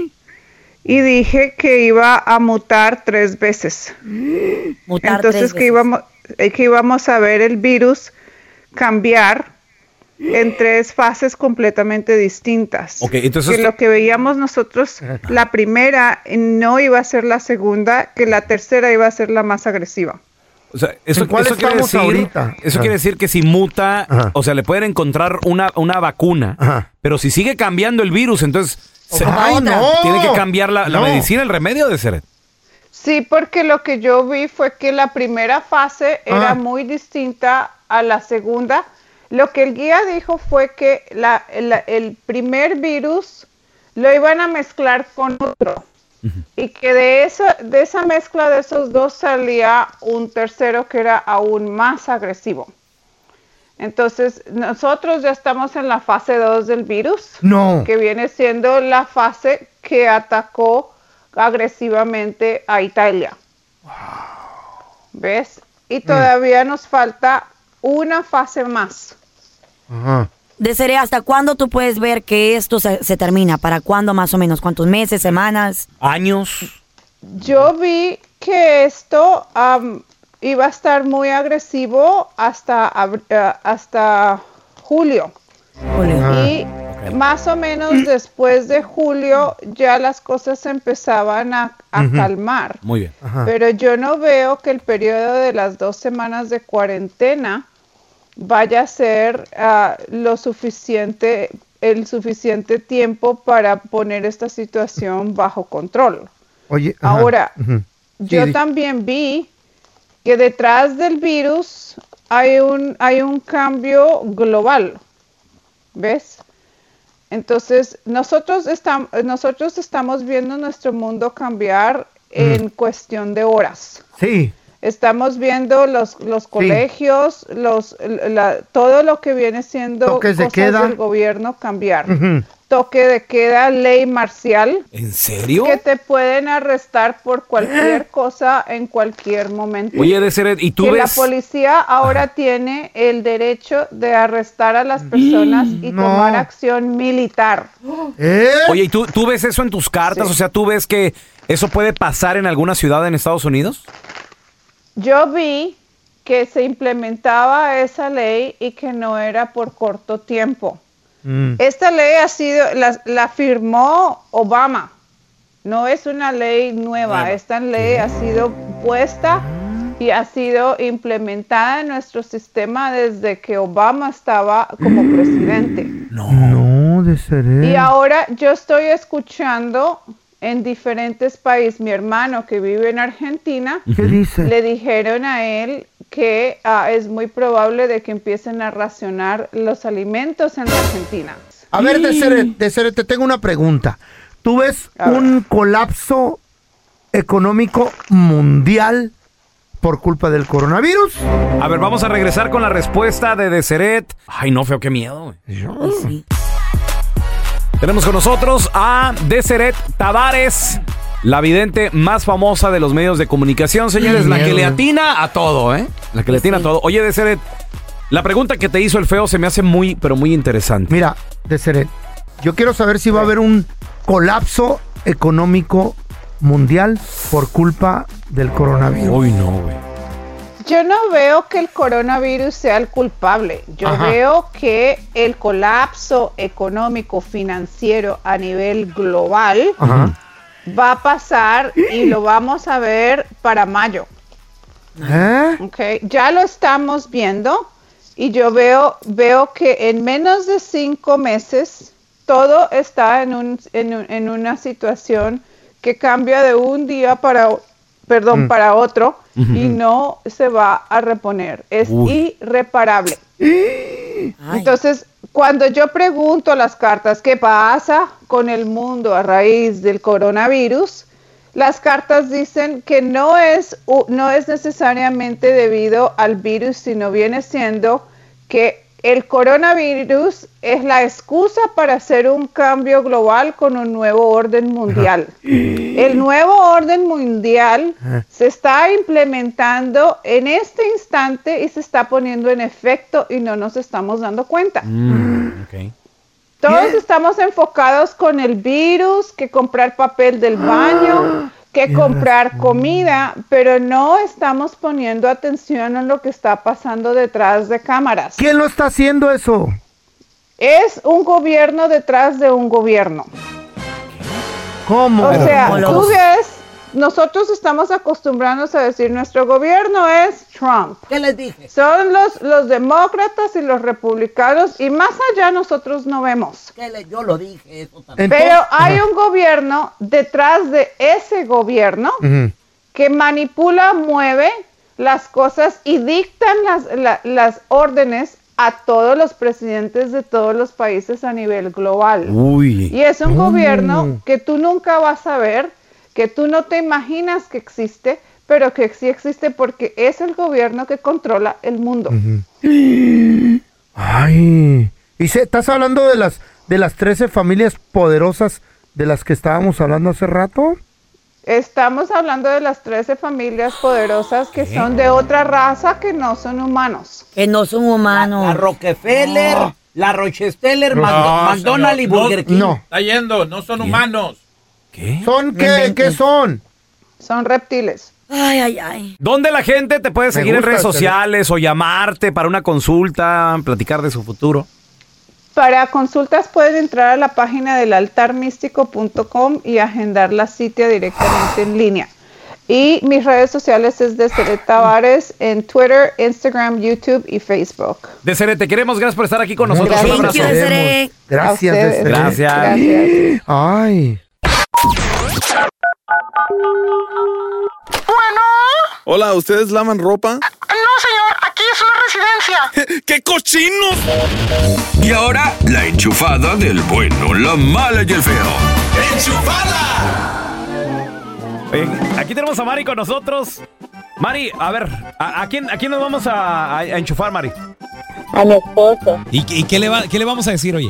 Y dije que iba a mutar 3 veces. Entonces que íbamos a ver el virus cambiar en 3 fases completamente distintas. Okay, entonces que lo que veíamos nosotros, la primera no iba a ser la segunda, que la tercera iba a ser la más agresiva. O sea, eso quiere decir que si muta, o sea, le pueden encontrar una vacuna, pero si sigue cambiando el virus, entonces tiene que cambiar la medicina, el remedio de ser. Sí, porque lo que yo vi fue que la primera fase era muy distinta a la segunda. Lo que el guía dijo fue que el primer virus lo iban a mezclar con otro. Y que de esa mezcla de esos 2 salía un tercero que era aún más agresivo. Entonces, nosotros ya estamos en la fase 2 del virus, No. que viene siendo la fase que atacó agresivamente a Italia. ¿Ves? Y todavía nos falta una fase más. Ajá. Desiree, ¿hasta cuándo tú puedes ver que esto se termina? ¿Para cuándo más o menos? ¿Cuántos meses, semanas? ¿Años? Yo vi que esto iba a estar muy agresivo hasta julio. Y más o menos después de julio ya las cosas se empezaban a calmar. Muy bien. Pero yo no veo que el periodo de las 2 semanas de cuarentena vaya a ser el suficiente tiempo para poner esta situación bajo control. Oye, ahora, yo también vi que detrás del virus hay un cambio global, ¿ves? Entonces, nosotros estamos viendo nuestro mundo cambiar en cuestión de horas. Sí. Estamos viendo los colegios, todo lo que viene siendo toques de cosas queda del gobierno cambiar. Toque de queda, ley marcial. ¿En serio? Que te pueden arrestar por cualquier cosa en cualquier momento. Oye, Deseret, ¿y tú que ves? La policía ahora tiene el derecho de arrestar a las personas y tomar acción militar. Oye, ¿y tú ves eso en tus cartas? Sí. O sea, ¿tú ves que eso puede pasar en alguna ciudad en Estados Unidos? Yo vi que se implementaba esa ley y que no era por corto tiempo. Esta ley la firmó Obama. No es una ley nueva. Bueno, esta ley ha sido puesta y ha sido implementada en nuestro sistema desde que Obama estaba como presidente. No, Desiree. Y ahora yo estoy escuchando en diferentes países. Mi hermano que vive en Argentina, ¿qué dice? Le dijeron a él que es muy probable de que empiecen a racionar los alimentos en la Argentina. A ver, Desiree, te tengo una pregunta. ¿Tú ves un colapso económico mundial por culpa del coronavirus? A ver, vamos a regresar con la respuesta de Deseret. Ay, no, feo, qué miedo, güey. Sí. Tenemos con nosotros a Deseret Tavares, la vidente más famosa de los medios de comunicación, señores, la que le atina a todo, ¿eh? La que le atina a todo. Oye, Deseret, la pregunta que te hizo el feo se me hace muy, pero muy interesante. Mira, Deseret, yo quiero saber si va a haber un colapso económico mundial por culpa del coronavirus. Uy, no, güey. Yo no veo que el coronavirus sea el culpable. Yo veo que el colapso económico financiero a nivel global va a pasar y lo vamos a ver para mayo. Okay. Ya lo estamos viendo y yo veo que en menos de 5 meses todo está en una situación que cambia de un día para otro y no se va a reponer. Es irreparable. Entonces, cuando yo pregunto a las cartas qué pasa con el mundo a raíz del coronavirus, las cartas dicen que no es necesariamente debido al virus, sino viene siendo que el coronavirus es la excusa para hacer un cambio global con un nuevo orden mundial. El nuevo orden mundial se está implementando en este instante y se está poniendo en efecto y no nos estamos dando cuenta. Todos estamos enfocados con el virus, que comprar papel del baño, que comprar comida, pero no estamos poniendo atención en lo que está pasando detrás de cámaras. ¿Quién lo está haciendo eso? Es un gobierno detrás de un gobierno. ¿Cómo? O sea, tú ves, nosotros estamos acostumbrados a decir nuestro gobierno es Trump. ¿Qué les dije? Son los demócratas y los republicanos y más allá nosotros no vemos. Yo lo dije eso también. Pero hay un gobierno detrás de ese gobierno que manipula, mueve las cosas y dictan las órdenes a todos los presidentes de todos los países a nivel global. Y es un gobierno que tú nunca vas a ver, que tú no te imaginas que existe, pero que sí existe porque es el gobierno que controla el mundo. Ay, y ¿estás hablando de las 13 familias poderosas de las que estábamos hablando hace rato? Estamos hablando de las 13 familias poderosas que son de otra raza que no son humanos. Que no son humanos. La Rockefeller, la Rochester, McDonald's y Burger King. No. Está yendo, no son humanos. ¿Qué? ¿Son qué? ¿Qué son? Son reptiles. Ay. ¿Dónde la gente te puede seguir en redes sociales o llamarte para una consulta, platicar de su futuro? Para consultas pueden entrar a la página del altarmístico.com y agendar la cita directamente en línea. Y mis redes sociales es Deseret Tavares en Twitter, Instagram, YouTube y Facebook. Deseret, te queremos. Gracias por estar aquí con nosotros. Gracias. Un abrazo. Gracias, Deseret. Gracias. Ay. Bueno. Hola, ¿ustedes lavan ropa? No, señor, aquí es una residencia. ¡Qué cochinos! Y ahora, la enchufada del bueno, la mala y el feo. Oye, aquí tenemos a Mari con nosotros. Mari, a ver, ¿a quién nos vamos a enchufar, Mari? A mi esposo. ¿Y qué le vamos a decir, oye?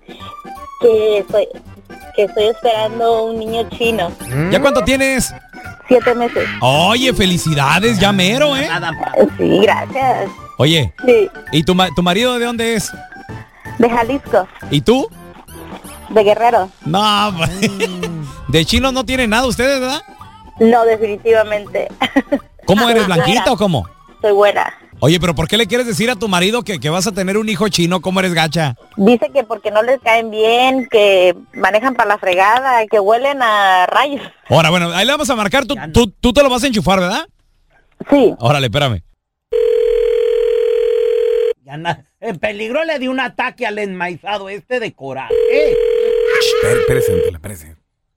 Que estoy esperando un niño chino. ¿Ya cuánto tienes? 7 meses. Oye, felicidades, ya mero, ¿eh? Sí, gracias. Oye. Sí. ¿Y tu marido de dónde es? De Jalisco. ¿Y tú? De Guerrero. No, de chinos no tienen nada ustedes, ¿verdad? No, definitivamente. ¿Cómo eres, blanquita o cómo? Soy buena. Oye, pero ¿por qué le quieres decir a tu marido que vas a tener un hijo chino? ¿Cómo eres gacha? Dice que porque no les caen bien, que manejan para la fregada, que huelen a rayos. Ahora, bueno, ahí le vamos a marcar. Tú te lo vas a enchufar, ¿verdad? Sí. Órale, espérame. En peligro le dio un ataque al enmaizado de coraje. Espérese.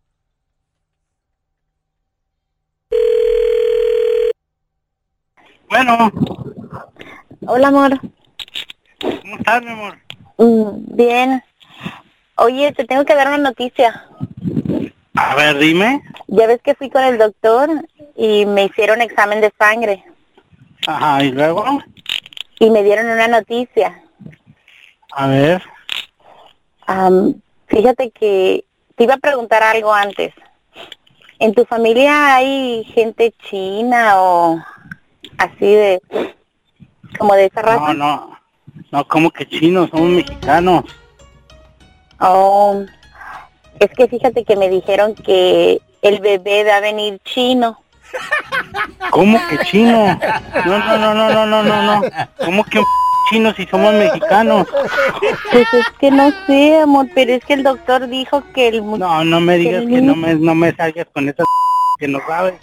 Bueno. Hola, amor. ¿Cómo estás, mi amor? Bien. Oye, te tengo que dar una noticia. A ver, dime. Ya ves que fui con el doctor y me hicieron examen de sangre. Ajá, ¿y luego? Y me dieron una noticia. A ver. Fíjate que te iba a preguntar algo antes. ¿En tu familia hay gente china o así de... como de esa raza? No, como que chinos, somos mexicanos. Oh, es que fíjate que me dijeron que el bebé va a venir chino. ¿Cómo que chino? No. ¿Cómo que chino si somos mexicanos? Pues es que no sé, amor, pero es que el doctor dijo que el... No me digas que no me salgas con esas que no sabes.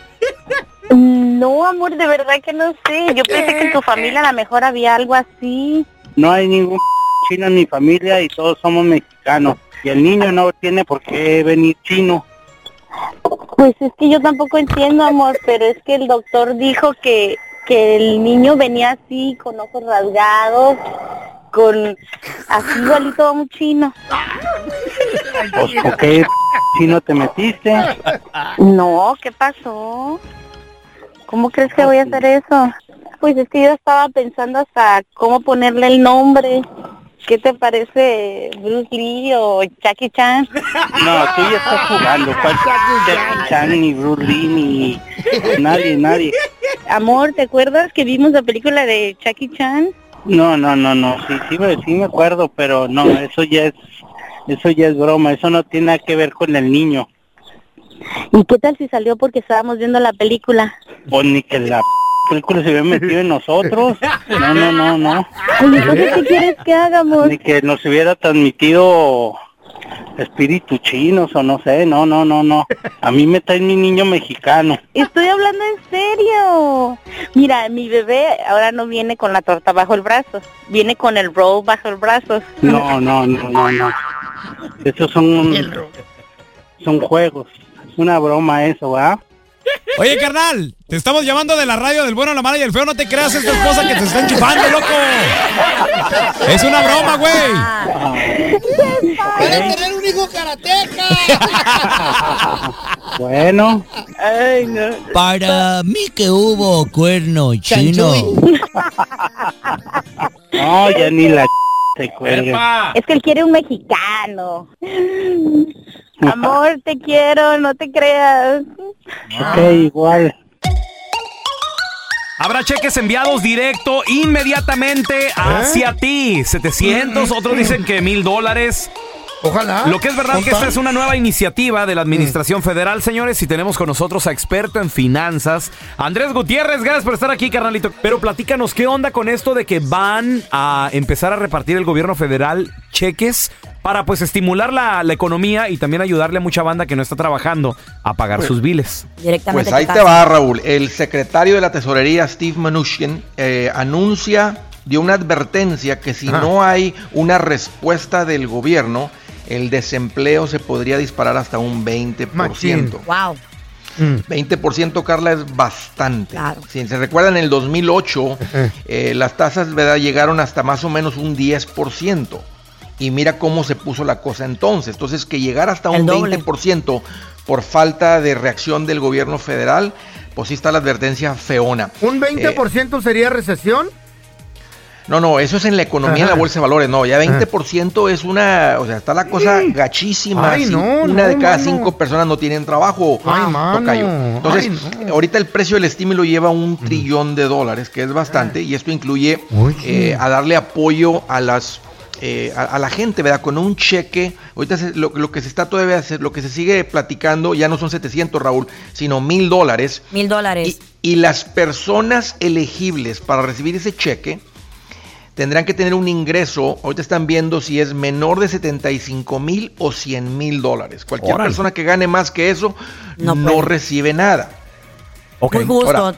No, amor, de verdad que no sé. Yo pensé que en tu familia a lo mejor había algo así. No hay ningún chino en mi familia y todos somos mexicanos. Y el niño no tiene por qué venir chino. Pues es que yo tampoco entiendo, amor, pero es que el doctor dijo que el niño venía así, con ojos rasgados, con así igualito a un chino. Pues, ¿por qué chino te metiste? No, ¿qué pasó? ¿Cómo crees que voy a hacer eso? Pues es que yo estaba pensando hasta cómo ponerle el nombre. ¿Qué te parece, Bruce Lee o Jackie Chan? No, tú ya estás jugando. ¿Cuál Jackie Chan, ni Bruce Lee, ni nadie? Amor, ¿te acuerdas que vimos la película de Jackie Chan? No. Sí me acuerdo, pero no, eso ya es broma. Eso no tiene nada que ver con el niño. ¿Y qué tal si salió porque estábamos viendo la película? Pues ni que la película se hubiera metido en nosotros. No. Entonces, ¿qué quieres que hagamos? Ni que nos hubiera transmitido espíritus chinos o no sé, no. A mmí me trae mi niño mexicano. Estoy hablando en serio. Mira, mi bebé ahora no viene con la torta bajo el brazo, viene con el roll bajo el brazo. No. Esos son juegos. Es una broma eso, ¿va? Oye, carnal, te estamos llamando de la radio del bueno, la mala y el feo. No te creas, es tu esposa que te está enchufando, loco. Es una broma, güey. ¡Puede tener un hijo karateca! Bueno. Ay, no. Para mí que hubo cuerno chino. No, ya ni la se cuelga. Es que él quiere un mexicano. Amor, te quiero, no te creas. Ok, igual. Habrá cheques enviados directo inmediatamente hacia ti. 700, otros dicen que $1,000. Ojalá. Lo que es verdad que esta es una nueva iniciativa de la Administración Federal, señores, y tenemos con nosotros a experto en finanzas, Andrés Gutiérrez. Gracias por estar aquí, carnalito. Pero platícanos, ¿qué onda con esto de que van a empezar a repartir el gobierno federal cheques para pues estimular la economía y también ayudarle a mucha banda que no está trabajando a pagar sus biles? Pues ahí te va, Raúl. El secretario de la Tesorería, Steve Mnuchin, dio una advertencia que si no hay una respuesta del gobierno, el desempleo se podría disparar hasta un 20%. Wow. 20%, Carla, es bastante. Claro. Si se recuerdan, en el 2008 las tasas, ¿verdad?, llegaron hasta más o menos un 10%. Y mira cómo se puso la cosa entonces. Entonces, que llegar hasta un 20% por falta de reacción del gobierno federal, pues sí está la advertencia feona. ¿Un 20% sería recesión? No, eso es en la economía, en la bolsa de valores. No, ya 20% es una, o sea, está la cosa gachísima. Ay, una de cada 5 personas no tienen trabajo. Tocayo. Entonces, ahorita el precio del estímulo lleva $1 trillón, que es bastante, y esto incluye a darle apoyo a las a la gente, ¿verdad? Con un cheque. Ahorita lo que se está todavía lo que se sigue platicando ya no son 700, Raúl, sino $1,000. $1,000. Y las personas elegibles para recibir ese cheque tendrán que tener un ingreso, ahorita están viendo si es menor de 75,000 o $100,000. Cualquier persona que gane más que eso no recibe nada. Muy justo. Ahora,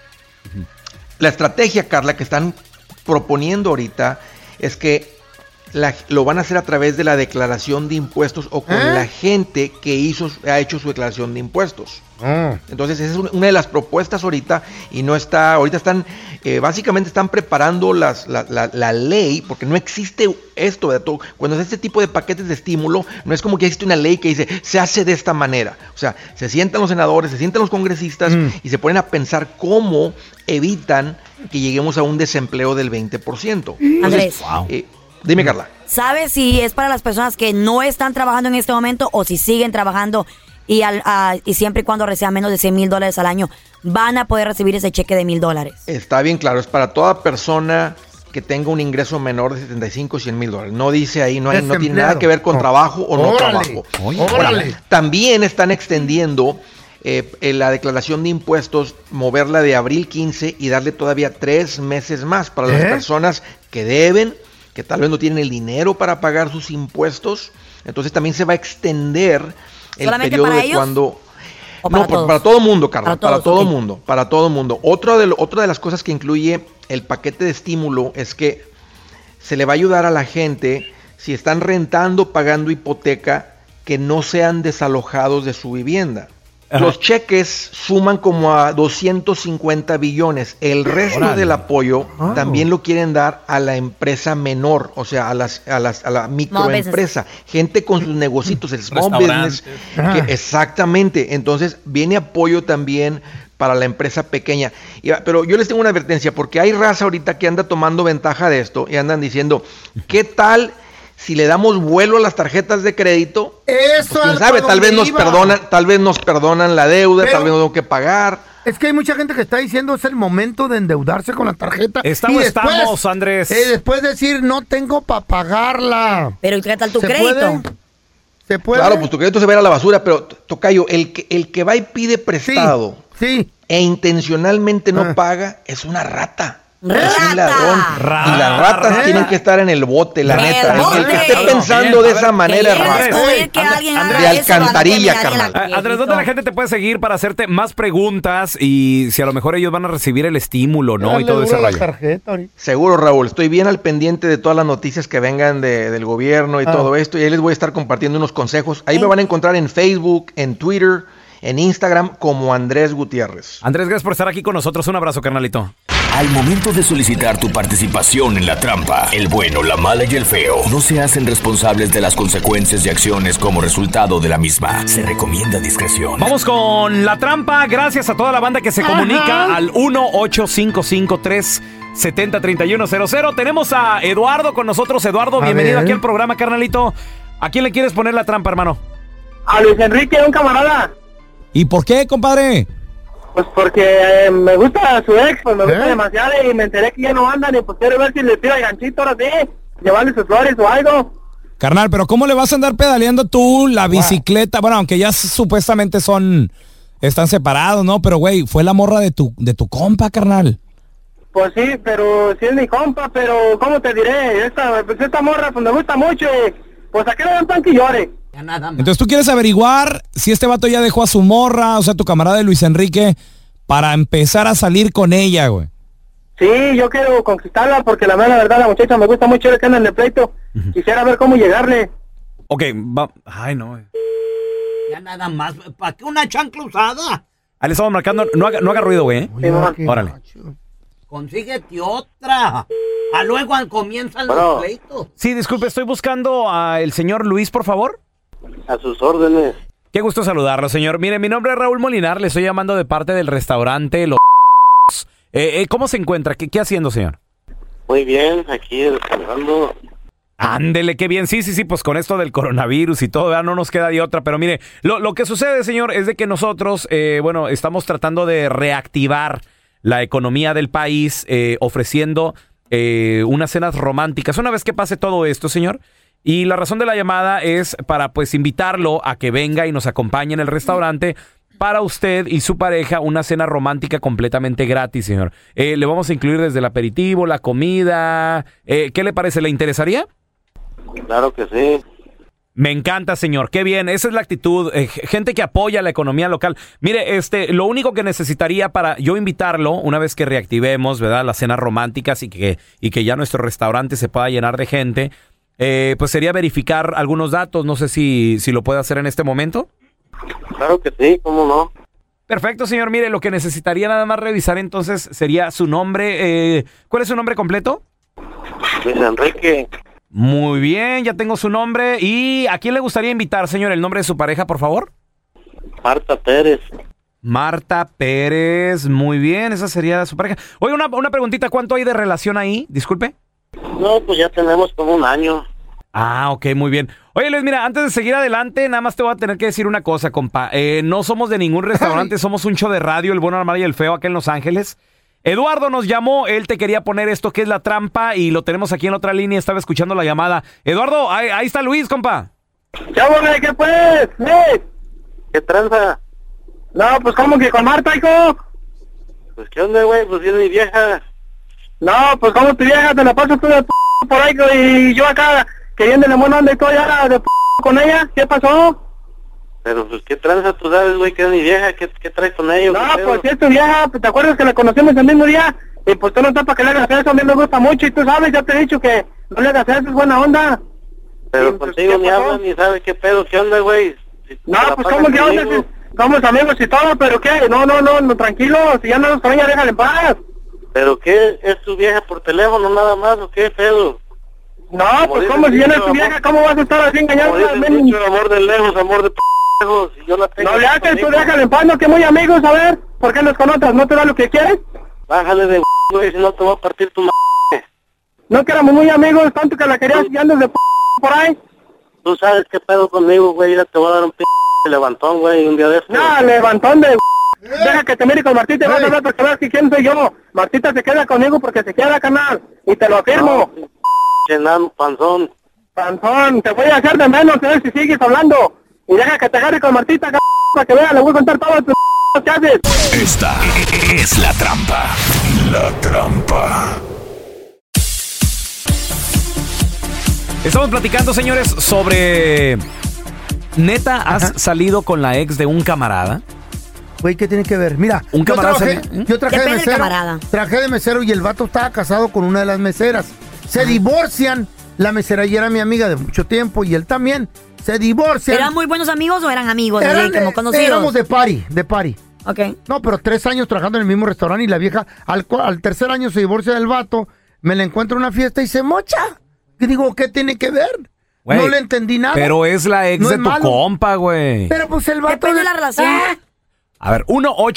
la estrategia, Carla, que están proponiendo ahorita es que lo van a hacer a través de la declaración de impuestos o con la gente que ha hecho su declaración de impuestos. Entonces esa es una de las propuestas ahorita y no está, ahorita están, básicamente están preparando la ley, porque no existe esto, ¿verdad? Cuando es este tipo de paquetes de estímulo, no es como que existe una ley que dice, se hace de esta manera. O sea, se sientan los senadores, se sientan los congresistas y se ponen a pensar cómo evitan que lleguemos a un desempleo del 20%. Andrés. Dime, Carla. ¿Sabes si es para las personas que no están trabajando en este momento o si siguen trabajando y siempre y cuando reciban menos de $100,000 al año van a poder recibir ese cheque de $1,000? Está bien claro, es para toda persona que tenga un ingreso menor de 75 $100,000. No dice ahí, no tiene nada que ver con trabajo o no trabajo. Ahora, también están extendiendo la declaración de impuestos, moverla de abril 15 y darle todavía 3 meses más para las personas que deben, que tal vez no tienen el dinero para pagar sus impuestos. Entonces también se va a extender el periodo de cuando... para todo el mundo, Carla, para todo el mundo. Otra de las cosas que incluye el paquete de estímulo es que se le va a ayudar a la gente, si están rentando, pagando hipoteca, que no sean desalojados de su vivienda. Los cheques suman como a 250 billones. El resto del apoyo también lo quieren dar a la empresa menor, o sea, a la microempresa, gente con sus negocios, el small business. Exactamente. Entonces viene apoyo también para la empresa pequeña. Pero yo les tengo una advertencia, porque hay raza ahorita que anda tomando ventaja de esto y andan diciendo, ¿qué tal si le damos vuelo a las tarjetas de crédito? Eso, pues, quién sabe, tal vez nos perdonan la deuda, tal vez no tengo que pagar. Es que hay mucha gente que está diciendo es el momento de endeudarse con la tarjeta. Estamos, Andrés. Después decir, no tengo para pagarla. Pero ¿qué tal tu crédito? ¿Se puede? Claro, pues tu crédito se va a ir a la basura, pero, tocayo, el que va y pide prestado e intencionalmente no paga, es una rata. Es un ladrón. Y las ratas tienen que estar en el bote, la neta. El que esté pensando de esa manera es rata. De alcantarilla, carnal. Andrés, ¿dónde la gente te puede seguir para hacerte más preguntas y si a lo mejor ellos van a recibir el estímulo, ¿no? Y todo ese rollo. Seguro, Raúl. Estoy bien al pendiente de todas las noticias que vengan del gobierno y todo esto. Y ahí les voy a estar compartiendo unos consejos. Ahí me van a encontrar en Facebook, en Twitter, en Instagram como Andrés Gutiérrez. Andrés, gracias por estar aquí con nosotros. Un abrazo, carnalito. Al momento de solicitar tu participación en la trampa, el bueno, la mala y el feo no se hacen responsables de las consecuencias y acciones como resultado de la misma. Se recomienda discreción. Vamos con la trampa. Gracias a toda la banda que se comunica al 1-855-370-3100. Tenemos a Eduardo con nosotros. Eduardo, bienvenido aquí al programa, carnalito. ¿A quién le quieres poner la trampa, hermano? A Luis Enrique, un camarada. ¿Y por qué, compadre? Pues porque me gusta su ex, pues me gusta demasiado y me enteré que ya no andan y pues quiero ver si le tiro el ganchito ahora sí, llevarle sus flores o algo. Carnal, pero ¿cómo le vas a andar pedaleando tú la bicicleta? Bueno, aunque ya supuestamente están separados, ¿no? Pero, güey, fue la morra de tu compa, carnal. Pues sí, pero sí es mi compa, pero ¿cómo te diré? Esta morra pues me gusta mucho y pues aquí le dan pan que llore. Entonces tú quieres averiguar si este vato ya dejó a su morra, o sea, tu camarada de Luis Enrique, para empezar a salir con ella, güey. Sí, yo quiero conquistarla porque la verdad la muchacha me gusta mucho que anda en el pleito. Quisiera ver cómo llegarle. Ok, ay, no. Ya nada más. ¿Para qué una chancla usada? Ahí le estamos marcando. No haga ruido, güey. Órale. Consíguete otra. A luego comienzan los pleitos. Sí, disculpe, estoy buscando al señor Luis, por favor. A sus órdenes. Qué gusto saludarlo, señor. Mire, mi nombre es Raúl Molinar, le estoy llamando de parte del restaurante Los... ¿Cómo se encuentra? ¿Qué haciendo, señor? Muy bien, aquí descansando. Ándele, qué bien. Sí, pues con esto del coronavirus y todo, ¿verdad? No nos queda de otra. Pero mire, lo que sucede, señor, es de que nosotros, estamos tratando de reactivar la economía del país, ofreciendo unas cenas románticas. Una vez que pase todo esto, señor... Y la razón de la llamada es para, pues, invitarlo a que venga y nos acompañe en el restaurante para usted y su pareja una cena romántica completamente gratis, señor. Le vamos a incluir desde el aperitivo, la comida. ¿Qué le parece? ¿Le interesaría? Claro que sí. Me encanta, señor. Qué bien. Esa es la actitud. Gente que apoya la economía local. Mire, lo único que necesitaría para yo invitarlo, una vez que reactivemos, ¿verdad?, las cenas románticas y que ya nuestro restaurante se pueda llenar de gente... pues sería verificar algunos datos. No sé si lo puede hacer en este momento. Claro que sí, ¿cómo no? Perfecto, señor. Mire, lo que necesitaría nada más revisar entonces sería su nombre. ¿Cuál es su nombre completo? Luis Enrique. Muy bien, ya tengo su nombre. ¿Y a quién le gustaría invitar, señor? ¿El nombre de su pareja, por favor? Marta Pérez. Marta Pérez, muy bien, esa sería su pareja. Oye, una preguntita, ¿cuánto hay de relación ahí? Disculpe. No, pues ya tenemos como un año. Ah, ok, muy bien. Oye, Luis, mira, antes de seguir adelante, nada más te voy a tener que decir una cosa, compa. No somos de ningún restaurante, somos un show de radio, El Bueno, la Mala y el Feo, acá en Los Ángeles. Eduardo nos llamó, él te quería poner esto que es la trampa y lo tenemos aquí en la otra línea, estaba escuchando la llamada. Eduardo, ahí está Luis, compa. ¿Qué pues? ¿Qué tranza? No, pues ¿cómo que con Marta, hijo? Pues ¿qué onda, güey? Pues es mi vieja. No, pues ¿cómo tu vieja? Te la pasas tú de por ahí y yo acá queriéndole buena onda y todo ya de con ella. ¿Qué pasó? Pero pues ¿qué tranza? Tú sabes, güey, que es mi vieja. ¿Qué traes con ella? No, pues si es tu vieja, ¿te acuerdas que la conocimos el mismo día? Y pues tú no estás para que le hagas eso, a mí me gusta mucho y tú sabes, ya te he dicho que no le hagas eso, es buena onda. Pero pues, contigo ni hablan ni sabes qué pedo, qué onda, güey. No, pues ¿cómo que onda? Somos amigos y todo, pero ¿qué? No, tranquilo, si ya no nos extraña, déjale en paz. ¿Pero qué? ¿Es tu vieja por teléfono nada más o qué pedo? No, pues ¿cómo si ya no es tu vieja? ¿Cómo vas a estar así engañando? Mucho amor de lejos, amor de p***os, si yo la tengo. No le haces, tú déjale en paz, no, que muy amigos, a ver, ¿por qué nos conoces? ¿No te da lo que quieres? Bájale de güey, si no te voy a partir tu No que éramos muy amigos, tanto que la querías y andas de por ahí. Tú sabes qué pedo conmigo, güey, ya te voy a dar un levantón, güey, un día de eso. No, levantón de deja que te mire con Martita y vas a hablar porque sabes que quién soy yo. Martita se queda conmigo porque se queda, canal, y te lo afirmo. No, panzón. Panzón, te voy a hacer de menos, a ver si sigues hablando. Y deja que te agarre con Martita, para que vea, le voy a contar todo tus que haces. Esta es la trampa. La trampa. Estamos platicando, señores, sobre... ¿Neta has salido con la ex de un camarada? Güey, ¿qué tiene que ver? Mira, un camarada yo trabajé de mesero. Trabajé de mesero y el vato estaba casado con una de las meseras. Se divorcian. La mesera ya era mi amiga de mucho tiempo y él también. Se divorcian. ¿Eran muy buenos amigos o eran amigos? Éramos de party. Ok. No, pero 3 años trabajando en el mismo restaurante y la vieja al 3er año se divorcia del vato, me la encuentro en una fiesta y se mocha. Y digo, ¿qué tiene que ver? Güey, no le entendí nada. Pero es la ex No de es tu malo. compa, güey. Pero pues el vato... Depende de la relación. A ver,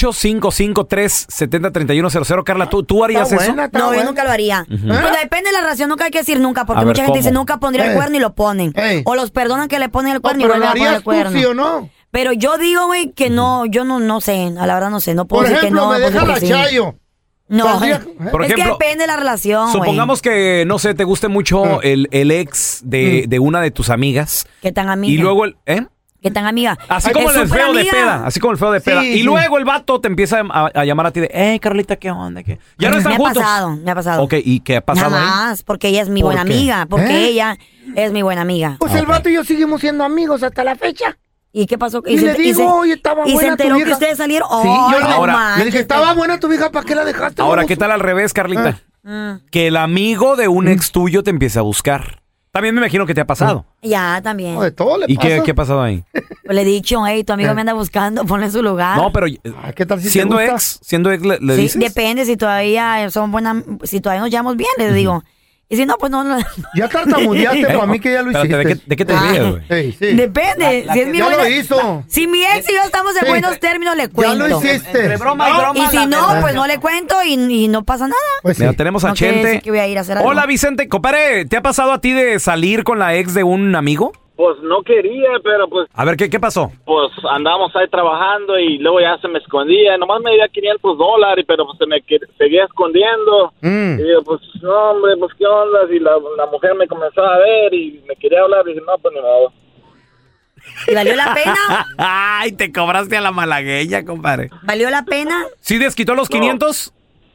1-855-370-3100. Carla, ¿tú harías eso? No, yo nunca lo haría. Ujú. Pues depende de la relación, nunca hay que decir nunca, porque A ver, mucha gente dice ¿cómo? nunca pondría el cuerno y lo ponen. O los perdonan que le ponen el cuerno y pero vuelven ¿lo a poner el harías tú, cuerno. sí o no? Pero yo digo, güey, que no, yo no sé, a la verdad no sé, no puedo Por decir ejemplo, que no. me puedo deja decir la que sí. Chayo. No, Por es ejemplo, que depende de la relación, güey. Supongamos que, no sé, te guste mucho el ex de una de tus amigas. ¿Qué tan amiga? Y luego ¿Qué tan amiga? Así como el feo de peda. Así como el feo de peda. Sí, Y sí. luego el vato te empieza a llamar a ti de, Carlita, ¿qué onda? ¿Qué? Ya no están juntos. Me ha pasado. Ok, ¿y qué ha pasado Nada ahí? más, porque ella es mi ¿Por buena qué? amiga. Porque ¿Eh? ella es mi buena amiga. Pues el vato y yo seguimos siendo amigos hasta la fecha. ¿Y qué pasó? Y le digo, oye, estaba y buena se enteró tu que vieja. ustedes salieron. Sí, Oh, yo no le manches. dije, estaba buena tu vieja, ¿para qué la dejaste? Ahora, baboso? ¿qué tal al revés, Carlita? Que el amigo de un ex tuyo te empiece a buscar. También me imagino que te ha pasado. Ya, también. De todo le ¿Y pasa. qué ha pasado ahí? Pues le he dicho, hey, tu amigo me anda buscando, ponle en su lugar. No, pero ¿qué tal si te siendo gusta? ex le Sí, dices. depende si todavía son buenas, si todavía nos llevamos bien, le digo. Y si no, pues no. Ya tartamudeaste, para mí que ya lo Espérate, hiciste. ¿de qué te ríes, güey? Sí, sí. Depende. La Si es que mi ya buena, lo hizo. Si mi ex y yo estamos en Sí. buenos términos, le cuento. Ya lo hiciste. Entre broma y broma, Y si la no, verdad. pues no le cuento y no pasa nada. Pues Mira, tenemos a No quiere Chente. decir que voy a ir a hacer algo. Hola, Vicente. Compadre, ¿te ha pasado a ti de salir con la ex de un amigo? Pues no quería, pero pues A ver, ¿qué pasó? pues andábamos ahí trabajando y luego ya se me escondía. Nomás me dio $500, pero pues seguía escondiendo. Y digo, pues no, hombre, pues qué onda. Y la mujer me comenzó a ver y me quería hablar. Y dije, no, pues ni modo. ¿Y valió la pena? Ay, te cobraste a la malagueña, compadre. ¿Valió la pena? ¿Sí desquitó los 500?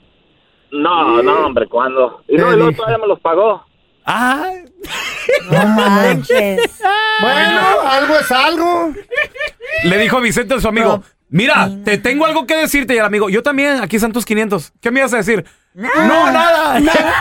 No, hombre, ¿cuándo? Y no, y luego todavía me los pagó. Ah. No manches. Bueno, algo es algo. Le dijo Vicente a su amigo, mira, te tengo algo que decirte. Y el amigo, yo también, aquí están tus 500. ¿Qué me ibas a decir? No, nada.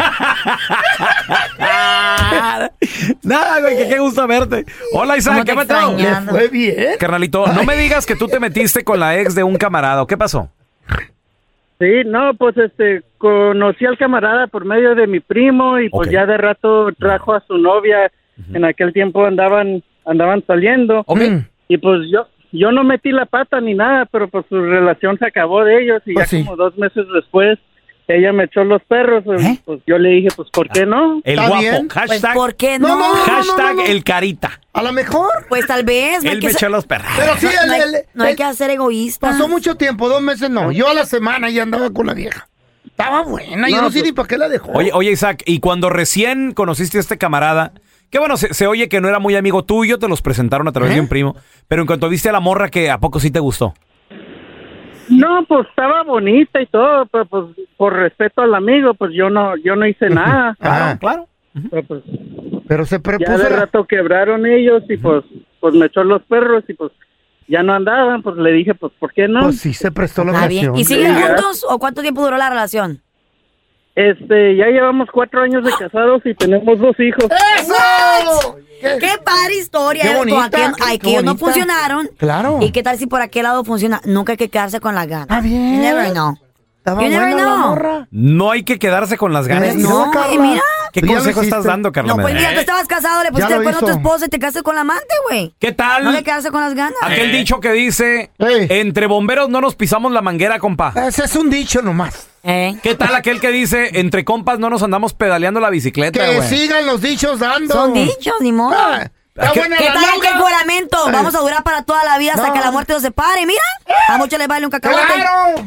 Nada, güey, qué gusto verte. Hola, Isaac, ¿qué me trajo? Le fue bien. Carnalito, no me digas que tú te metiste con la ex de un camarada. ¿Qué pasó? Sí, no, pues conocí al camarada por medio de mi primo y pues ya de rato trajo a su novia. En aquel tiempo andaban saliendo. Y pues yo no metí la pata ni nada, pero pues su relación se acabó de ellos y Pues ya sí. como 2 meses después ella me echó los perros. Pues yo le dije, pues ¿por qué no? El ¿Está guapo. bien? Hashtag, Pues, ¿por qué no? hashtag el carita. A lo mejor. Pues tal vez. No hay Él que me ser- echó los perros. Pero sí, no hay que ser egoísta. pasó mucho tiempo, 2 meses no. Yo a la semana ya andaba con la vieja. Estaba buena, yo no sé ni para qué la dejó. Oye, Isaac, y cuando recién conociste a este camarada, que bueno, se oye que no era muy amigo tuyo, te los presentaron a través de un primo, pero en cuanto viste a la morra, que ¿a poco sí te gustó? No, pues estaba bonita y todo, pero pues por respeto al amigo, pues yo no hice nada. Claro. Pero se Ya prepuso de rato quebraron ellos y pues me echó los perros y pues ya no andaban, pues le dije, pues ¿por qué no? Pues sí, se prestó la Ah, bien. ocasión. ¿Y siguen Sí. juntos o cuánto tiempo duró la relación? Ya llevamos 4 años de casados y tenemos 2 hijos. ¡Eso! ¡Qué padre historia! Qué bonita, Aquellos no bonita. funcionaron. Claro. ¿Y qué tal si por aquel lado funciona? Nunca hay que quedarse con las ganas. Está bien. You never know. Estaba You never buena la know. morra. No hay que quedarse con las ganas. No, y mira. ¿Qué Tú ya lo consejo estás hiciste. dando, Carla? No, pues Medrano? mira, tú estabas casado, le Ya pusiste lo el cuerno a tu hizo. esposa y te casaste con la amante, güey. ¿Qué tal? No hay que quedarse con las ganas. Aquel dicho que dice, entre bomberos no nos pisamos la manguera, compa. Ese es un dicho nomás. ¿Qué tal aquel que dice, entre compas no nos andamos pedaleando la bicicleta, Que güey? sigan los dichos dando. Son dichos, ni modo. Está ¿Qué- buena ¿Qué la tal nalga. el juramento? Vamos a durar para toda la vida hasta No. que la muerte nos separe. Mira, a muchos les vale un cacahuate. ¡Claro!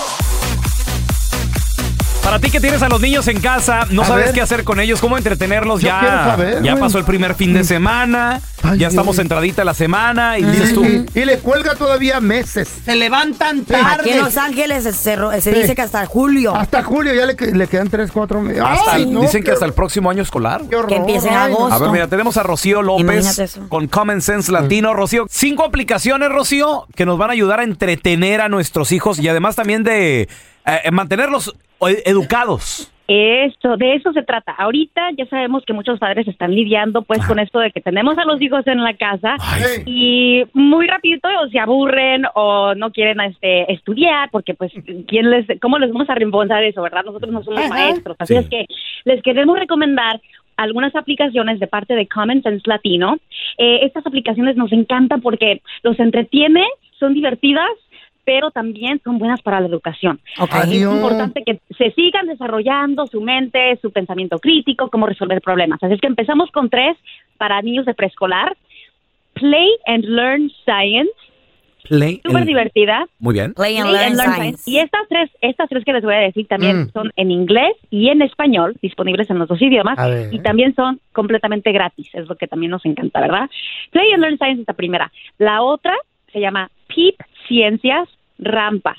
Para ti que tienes a los niños en casa, no A sabes ver. qué hacer con ellos, cómo entretenerlos, Yo quiero saber, ya güey. pasó el primer fin de semana, ya estamos entradita la semana y dices tú, Y le cuelga todavía meses. Se levantan Aquí tarde. en Los Ángeles se dice que hasta julio. Hasta julio ya le quedan 3, 4 meses. hasta- Ay, no, dicen que qué- hasta el próximo año escolar. qué horror. Que empiece en Ay, no. agosto. A ver, mira, tenemos a Rocío López Imagínate eso. con Common Sense Latino. Rocío, 5 aplicaciones, Rocío, que nos van a ayudar a entretener a nuestros hijos y además también de mantenerlos educados. De eso se trata. Ahorita ya sabemos que muchos padres están lidiando pues con esto de que tenemos a los hijos en la casa y muy rapidito o se aburren o no quieren estudiar porque pues ¿cómo les vamos a reembolsar eso, verdad? Nosotros no somos maestros, así es que les queremos recomendar algunas aplicaciones de parte de Common Sense Latino. Estas aplicaciones nos encantan porque los entretiene, son divertidas, pero también son buenas para la educación. Es importante que se sigan desarrollando su mente, su pensamiento crítico, cómo resolver problemas. Así es que empezamos con 3 para niños de preescolar. Play and Learn Science. Súper divertida. Muy bien. Play and Learn Science. Y estas tres que les voy a decir también son en inglés y en español, disponibles en los 2 idiomas, y también son completamente gratis, es lo que también nos encanta, ¿verdad? Play and Learn Science es la primera. La otra se llama Peep Ciencias Rampas.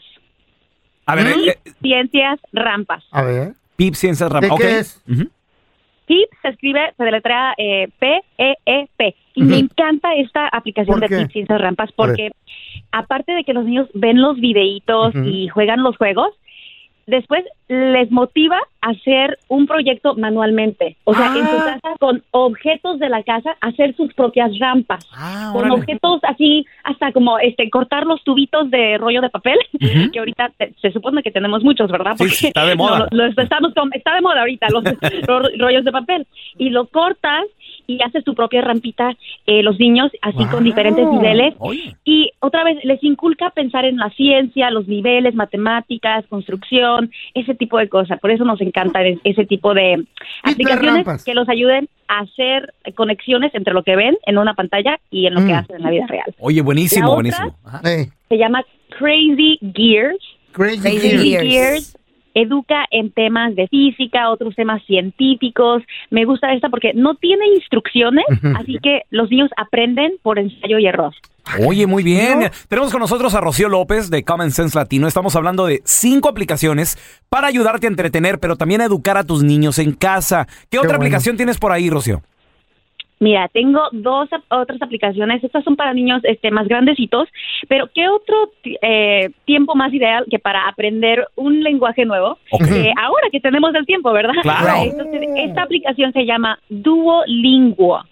A ver, Ciencias Rampas. A ver. Peep Ciencias Rampas. ¿Qué es? Peep se escribe, se deletrea P-E-E-P. Y me encanta esta aplicación de Peep Ciencias Rampas porque aparte de que los niños ven los videitos y juegan los juegos, después les motiva a hacer un proyecto manualmente. O sea, en su casa, con objetos de la casa, hacer sus propias rampas. Con objetos así, hasta como cortar los tubitos de rollo de papel, que ahorita se supone que tenemos muchos, ¿verdad? Porque sí, está de moda. Está de moda ahorita los rollos de papel. Y lo cortas y haces tu propia rampita, los niños, así con diferentes niveles. Y otra vez, les inculca pensar en la ciencia, los niveles, matemáticas, construcción, ese tipo de cosas. Por eso nos encanta ese tipo de aplicaciones que los ayuden a hacer conexiones entre lo que ven en una pantalla y en lo que hacen en la vida real. Oye, buenísimo, la buenísimo. Se llama Crazy Gears. Crazy Gears. Educa en temas de física, otros temas científicos. Me gusta esta porque no tiene instrucciones, así que los niños aprenden por ensayo y error. Oye, muy bien. Tenemos con nosotros a Rocío López de Common Sense Latino. Estamos hablando de 5 aplicaciones para ayudarte a entretener, pero también a educar a tus niños en casa. ¿Qué otra aplicación tienes por ahí, Rocío? Mira, tengo 2 otras aplicaciones. Estas son para niños más grandecitos, pero ¿qué otro tiempo más ideal que para aprender un lenguaje nuevo? Ahora que tenemos el tiempo, ¿verdad? Claro. Entonces, esta aplicación se llama Duolingo.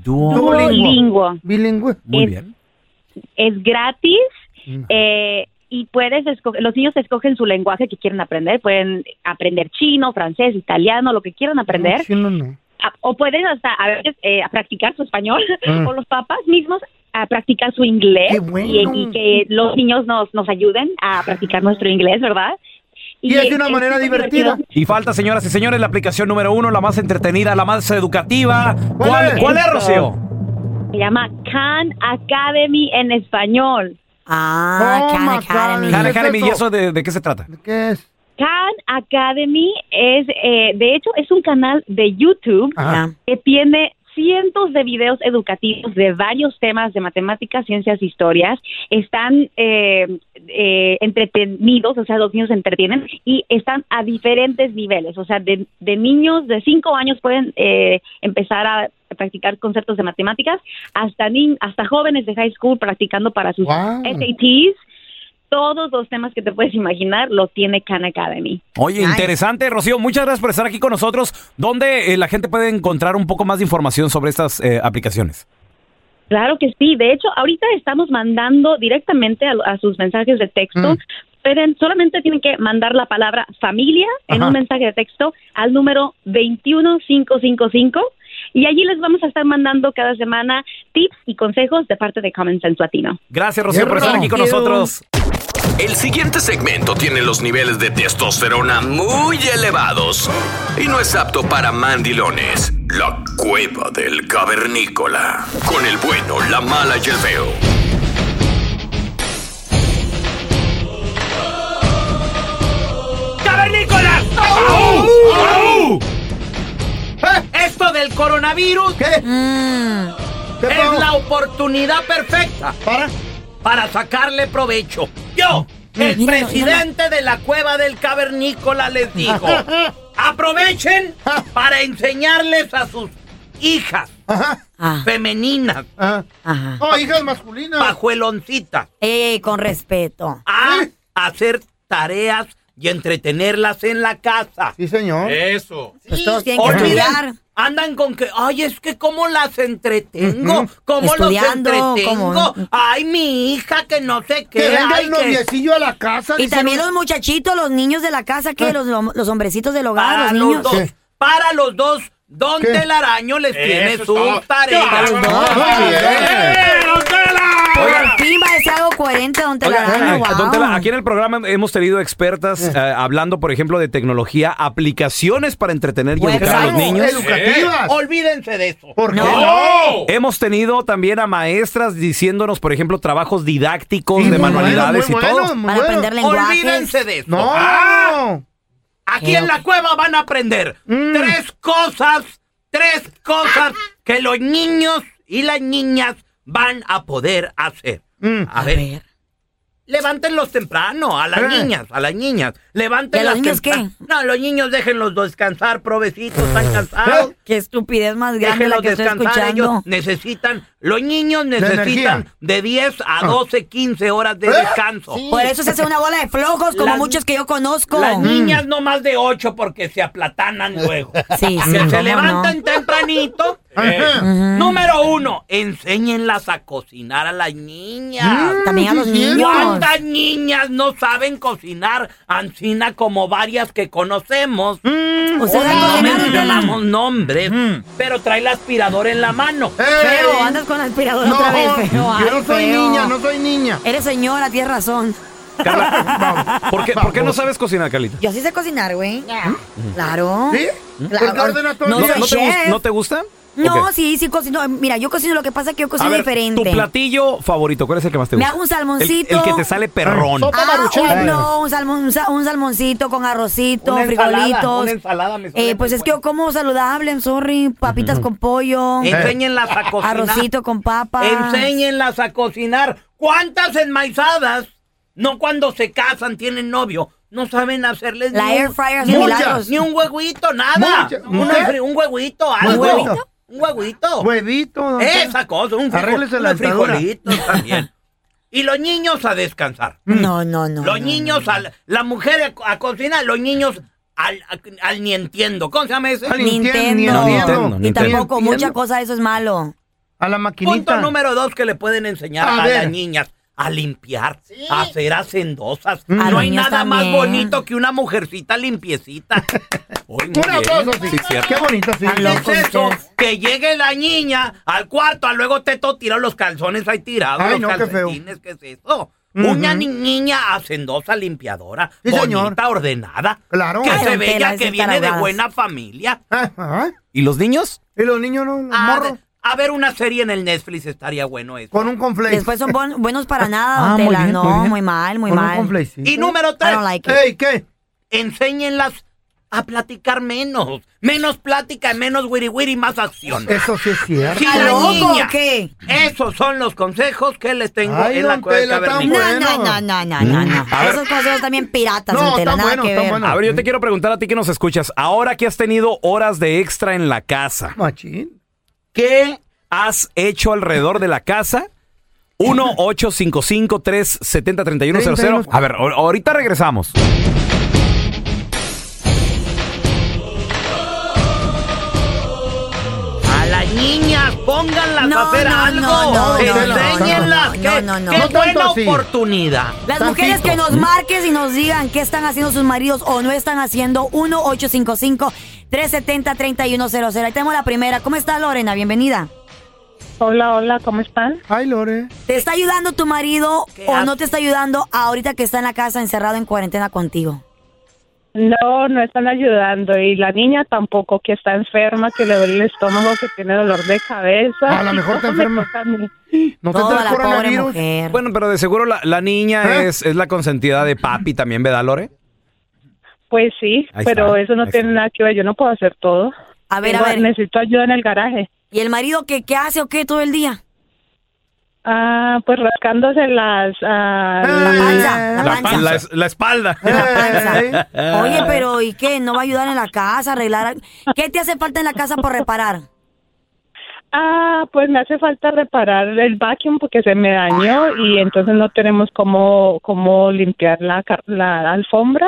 Duolingo. Bilingüe. Muy bien. Es gratis. Y puedes los niños escogen su lenguaje que quieren aprender. Pueden aprender chino, francés, italiano, lo que quieran aprender. No, chino no. O pueden hasta a veces a practicar su español o los papás mismos a practicar su inglés y que los niños nos ayuden a practicar nuestro inglés, ¿verdad? Y es de una manera divertida. Y falta, señoras y señores, la aplicación número 1, la más entretenida, la más educativa. ¿Cuál es, Rocío? Se llama Khan Academy en español. Khan Academy. Khan Academy, ¿y eso de qué se trata? ¿De qué es? Khan Academy es, de hecho, es un canal de YouTube que tiene cientos de videos educativos de varios temas de matemáticas, ciencias, historias. Están entretenidos, o sea, los niños se entretienen y están a diferentes niveles. O sea, de niños de 5 años pueden empezar a practicar conceptos de matemáticas hasta jóvenes de high school practicando para sus SATs. Todos los temas que te puedes imaginar los tiene Khan Academy. Oye, interesante, Rocío. Muchas gracias por estar aquí con nosotros. ¿Dónde la gente puede encontrar un poco más de información sobre estas aplicaciones? Claro que sí. De hecho, ahorita estamos mandando directamente a sus mensajes de texto. Solamente tienen que mandar la palabra familia en un mensaje de texto al número 21555 y allí les vamos a estar mandando cada semana tips y consejos de parte de Common Sense Latino. Gracias, Rocío, por estar aquí con nosotros. El siguiente segmento tiene los niveles de testosterona muy elevados y no es apto para mandilones. La cueva del cavernícola. Con el bueno, la mala y el feo. ¡Cavernícola! Esto del coronavirus es la oportunidad perfecta para sacarle provecho. Yo, el presidente de la cueva del cavernícola, les digo: aprovechen para enseñarles a sus hijas femeninas, hijas masculinas, pajueloncitas, con respeto, a hacer tareas y entretenerlas en la casa. Sí, señor. Eso. Pues todos tienen que estudiar. Andan con que, ay, es que cómo las entretengo, cómo Estudiando, los entretengo. cómo- Ay, mi hija, que no sé qué. Que venga ay, el noviecillo a la casa. Y dice, también no- los muchachitos, los niños de la casa, que los hombrecitos del hogar, Para los niños. los dos, para los dos, Don Telaraño les tiene Eso sus es todo. tareas. Para los dos. Muy bien. ¡Don Tela! Por fin va a decir algo coherente, don Telaraño. Oiga, don Tela, aquí en el programa hemos tenido expertas hablando, por ejemplo, de tecnología, aplicaciones para entretener y educar a los niños. Olvídense de eso. ¿Por qué? No. Hemos tenido también a maestras diciéndonos, por ejemplo, trabajos didácticos Sí, de muy manualidades bueno, y todo. Para aprender lenguajes. Olvídense de eso. No. Aquí en la cueva van a aprender tres cosas que los niños y las niñas van a poder hacer. A ver. Levántenlos temprano, a las niñas. Levántenlas. ¿Y a los niños temprano. No, los niños déjenlos descansar, provecitos, están cansados. Qué estupidez más grande la Déjenlos que estoy descansar, escuchando. los niños energía. necesitan de 10 a 12, 15 horas de descanso. Por eso se hace una bola de flojos, como Las- muchos que yo conozco. Las niñas no más de 8 porque se aplatanan luego. Sí, Que sí, se cómo levantan tempranito. Número 1, enséñenlas a cocinar a las niñas. También a los niños. ¿Cuántas niñas no saben cocinar ancina como varias que conocemos? Ustedes no han cocinado, mencionamos nombres, pero trae la aspiradora en la mano. Feo, andas con la aspiradora No, otra vez, feo. yo Ay, no soy feo. niña, no soy niña. Eres señora, tienes razón. ¿Por qué no sabes cocinar, Carlita? Yo sí sé cocinar, güey. Claro. ¿Sí? Claro. ¿Por qué ordena todo el No día? soy chef. ¿No te gusta? No, Ok. sí cocino. Mira, yo cocino, lo que pasa es que yo A cocino ver, diferente. tu platillo favorito, ¿cuál es el que más te Me gusta? hago un salmoncito. El que te sale perrón. No, un salmoncito con arrocito, Una frijolitos. ensalada me sale Pues muy es que yo como saludable, sorry, papitas con pollo. Enséñenlas a cocinar. Arrocito con papas. Enséñenlas a cocinar. ¿Cuántas enmaizadas? No cuando se casan, tienen novio. No saben hacerles La ni air fryer hace milagros. ni un huevito, nada. Un huevito, algo. huevito? Un huevito. Huevito. don Esa cosa, Arréglese la unos dentadura. frijolitos también. Y los niños a descansar. No. Los niños, la mujer a cocinar, los niños al ni entiendo. ¿Cómo se llama ese? Al Nintendo. Nintendo. Y tampoco, mucha cosa de eso es malo. A la maquinita. Punto número 2 que le pueden enseñar A a ver. las niñas. A limpiar, a hacer hacendosas. A No los hay niños nada más también. bonito que una mujercita limpiecita. Uy, muy Un aplauso, bien. sí. cierto. Qué bonito, sí. Están ¿Qué locos es eso? ustedes. Que llegue la niña al cuarto, a luego Teto tira los calzones ahí tirados, Ay, los no, qué feo. calcetines, ¿qué es eso? Una niña hacendosa, limpiadora, Sí, señor. bonita, ordenada. Claro. Que Ay, se don vea Tela, que esas viene de taradadas. buena familia. ¿Y los niños? Y los niños no, los morros. A ver una serie en el Netflix estaría bueno eso. Con un conflate. Después son buenos para nada, don muy Tela. bien, No, muy bien. muy mal, muy Con un mal. conflatecito. Y número I 3. don't like it. Ey, ¿qué? Enséñenlas a platicar menos. Menos plática, menos wiri wiri, más acción. Eso sí es cierto. Sí, ¿Está la loco niña. o qué? Esos son los consejos que les tengo Ay, en la don cueva del Tela, tan cavernícola. bueno. No. Esos consejos también piratas, No, don Tela, está nada bueno, que está ver. bueno. A ver, yo te quiero preguntar a ti que nos escuchas. Ahora que has tenido horas de extra en la casa, Machín. ¿qué has hecho alrededor de la casa? 1-855-370-3100. A ver, ahorita regresamos. A las niñas, pónganlas No, a hacer no, algo. no, Enséñenlas. no, Qué no, no. qué No tanto buena así. oportunidad. Las mujeres que nos marquen y nos digan qué están haciendo sus maridos o no están haciendo. 1-855-370-3100. Ahí tenemos la primera. ¿Cómo está, Lorena? Bienvenida. Hola, ¿cómo están? Ay, Lore. ¿Te está ayudando tu marido o no te está ayudando ahorita que está en la casa encerrado en cuarentena contigo? No están ayudando. Y la niña tampoco, que está enferma, que le duele el estómago, que tiene dolor de cabeza. A lo mejor está Todo me enferma. toca a mí. ¿No Toda tendrá la pobre coronavirus? mujer. Bueno, pero de seguro la niña es la consentida de papi también, ¿verdad, Lore? Pues sí, Ahí pero está, eso no ahí tiene nada que ver. Yo no puedo hacer todo. A ver, a ver. Necesito ayuda en el garaje. ¿Y el marido qué hace o qué todo el día? Pues rascándose la panza. La espalda. Oye, pero ¿y qué? ¿No va a ayudar en la casa, arreglar? ¿Qué te hace falta en la casa por reparar? Pues me hace falta reparar el vacuum porque se me dañó y entonces no tenemos cómo limpiar la alfombra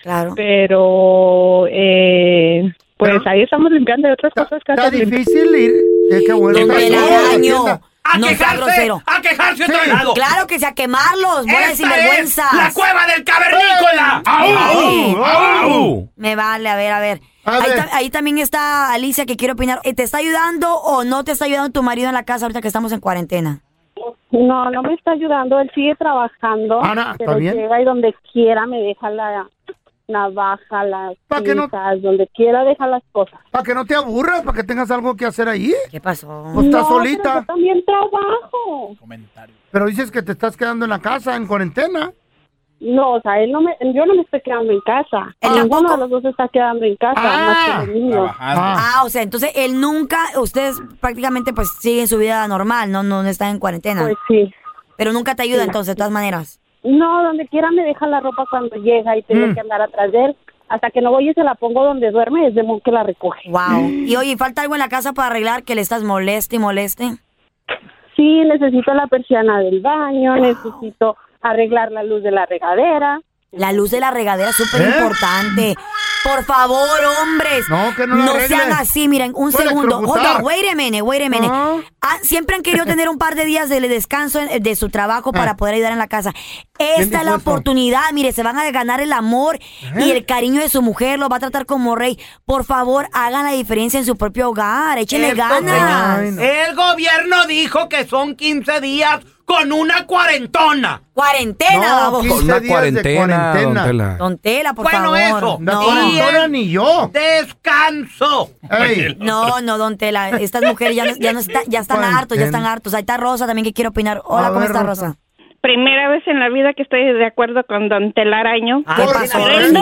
Claro. Pero, pues ahí estamos limpiando de otras cosas que Está hacen. difícil ir. Qué bueno. Don Telaraño. ¡A No sea quejarse! grosero. ¡A quejarse otro lado! Claro que sí, a quemarlos, bola de ¡Esta sinvergüenzas. es la cueva del cavernícola! ¡Au! ¡Au! Me vale, a ver. Ahí también está Alicia que quiere opinar. ¿Te está ayudando o no te está ayudando tu marido en la casa ahorita que estamos en cuarentena? No me está ayudando, él sigue trabajando, Ana, ¿está pero bien? llega y donde quiera me deja la navaja, las pinzas, donde quiera deja las cosas. Para que no te aburras, para que tengas algo que hacer ahí. ¿Qué pasó? Pues estás No, solita. pero yo también trabajo. Pero dices que te estás quedando en la casa, en cuarentena. No, o sea, yo no me estoy quedando en casa. Ninguno de los dos se está quedando en casa, más que los niños. O sea, entonces él nunca, ustedes prácticamente pues siguen su vida normal, no están en cuarentena. Pues sí. Pero nunca te ayuda Sí. entonces, de todas maneras. No, donde quiera me deja la ropa cuando llega y tengo que andar atrás de él. Hasta que no voy y se la pongo donde duerme, es de modo que la recoge. Wow. Y oye, ¿falta algo en la casa para arreglar que le estás moleste y moleste? Sí, necesito la persiana del baño, necesito arreglar la luz de la regadera. La luz de la regadera es súper importante. Por favor, hombres. No, que no la arregle. sean así, miren, un Puede segundo. electrocutar. Hold on, wait a minute. Siempre han querido tener un par de días de descanso de su trabajo para poder ayudar en la casa. Esta es la oportunidad, mire, se van a ganar el amor y el cariño de su mujer, lo va a tratar como rey. Por favor, hagan la diferencia en su propio hogar, échenle ganas. El gobierno dijo que son 15 días con una cuarentona. Cuarentena, No, vamos. 15 Una días de cuarentena, don Tela. Don Tela, por Bueno, favor. eso. No, No. cuarentona ni yo. Descanso. Ey. No, Don Tela, estas mujeres ya están hartos. Ahí está Rosa también que quiere opinar. Hola, ¿cómo está Rosa? Primera vez en la vida que estoy de acuerdo con don Telaraño. ¿Qué pasó? Él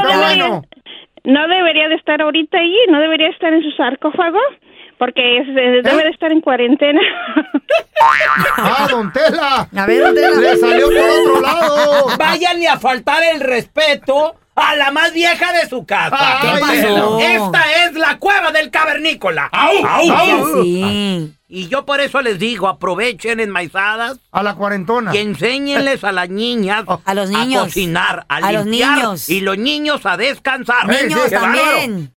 no debería de estar ahorita allí, no debería estar en su sarcófago, porque debe de estar en cuarentena. Don Tela. A ver, Don Tela. Le salió por otro lado. Váyanle a faltar el respeto a la más vieja de su casa. ¿Qué pasó? Esta es la cueva del cavernícola. Sí. Y yo por eso les digo, aprovechen enmaizadas A la cuarentona. y enséñenles a las niñas A los niños. a cocinar, a A los limpiar niños. y los niños a descansar. Niños ¡Qué bárbaro! también.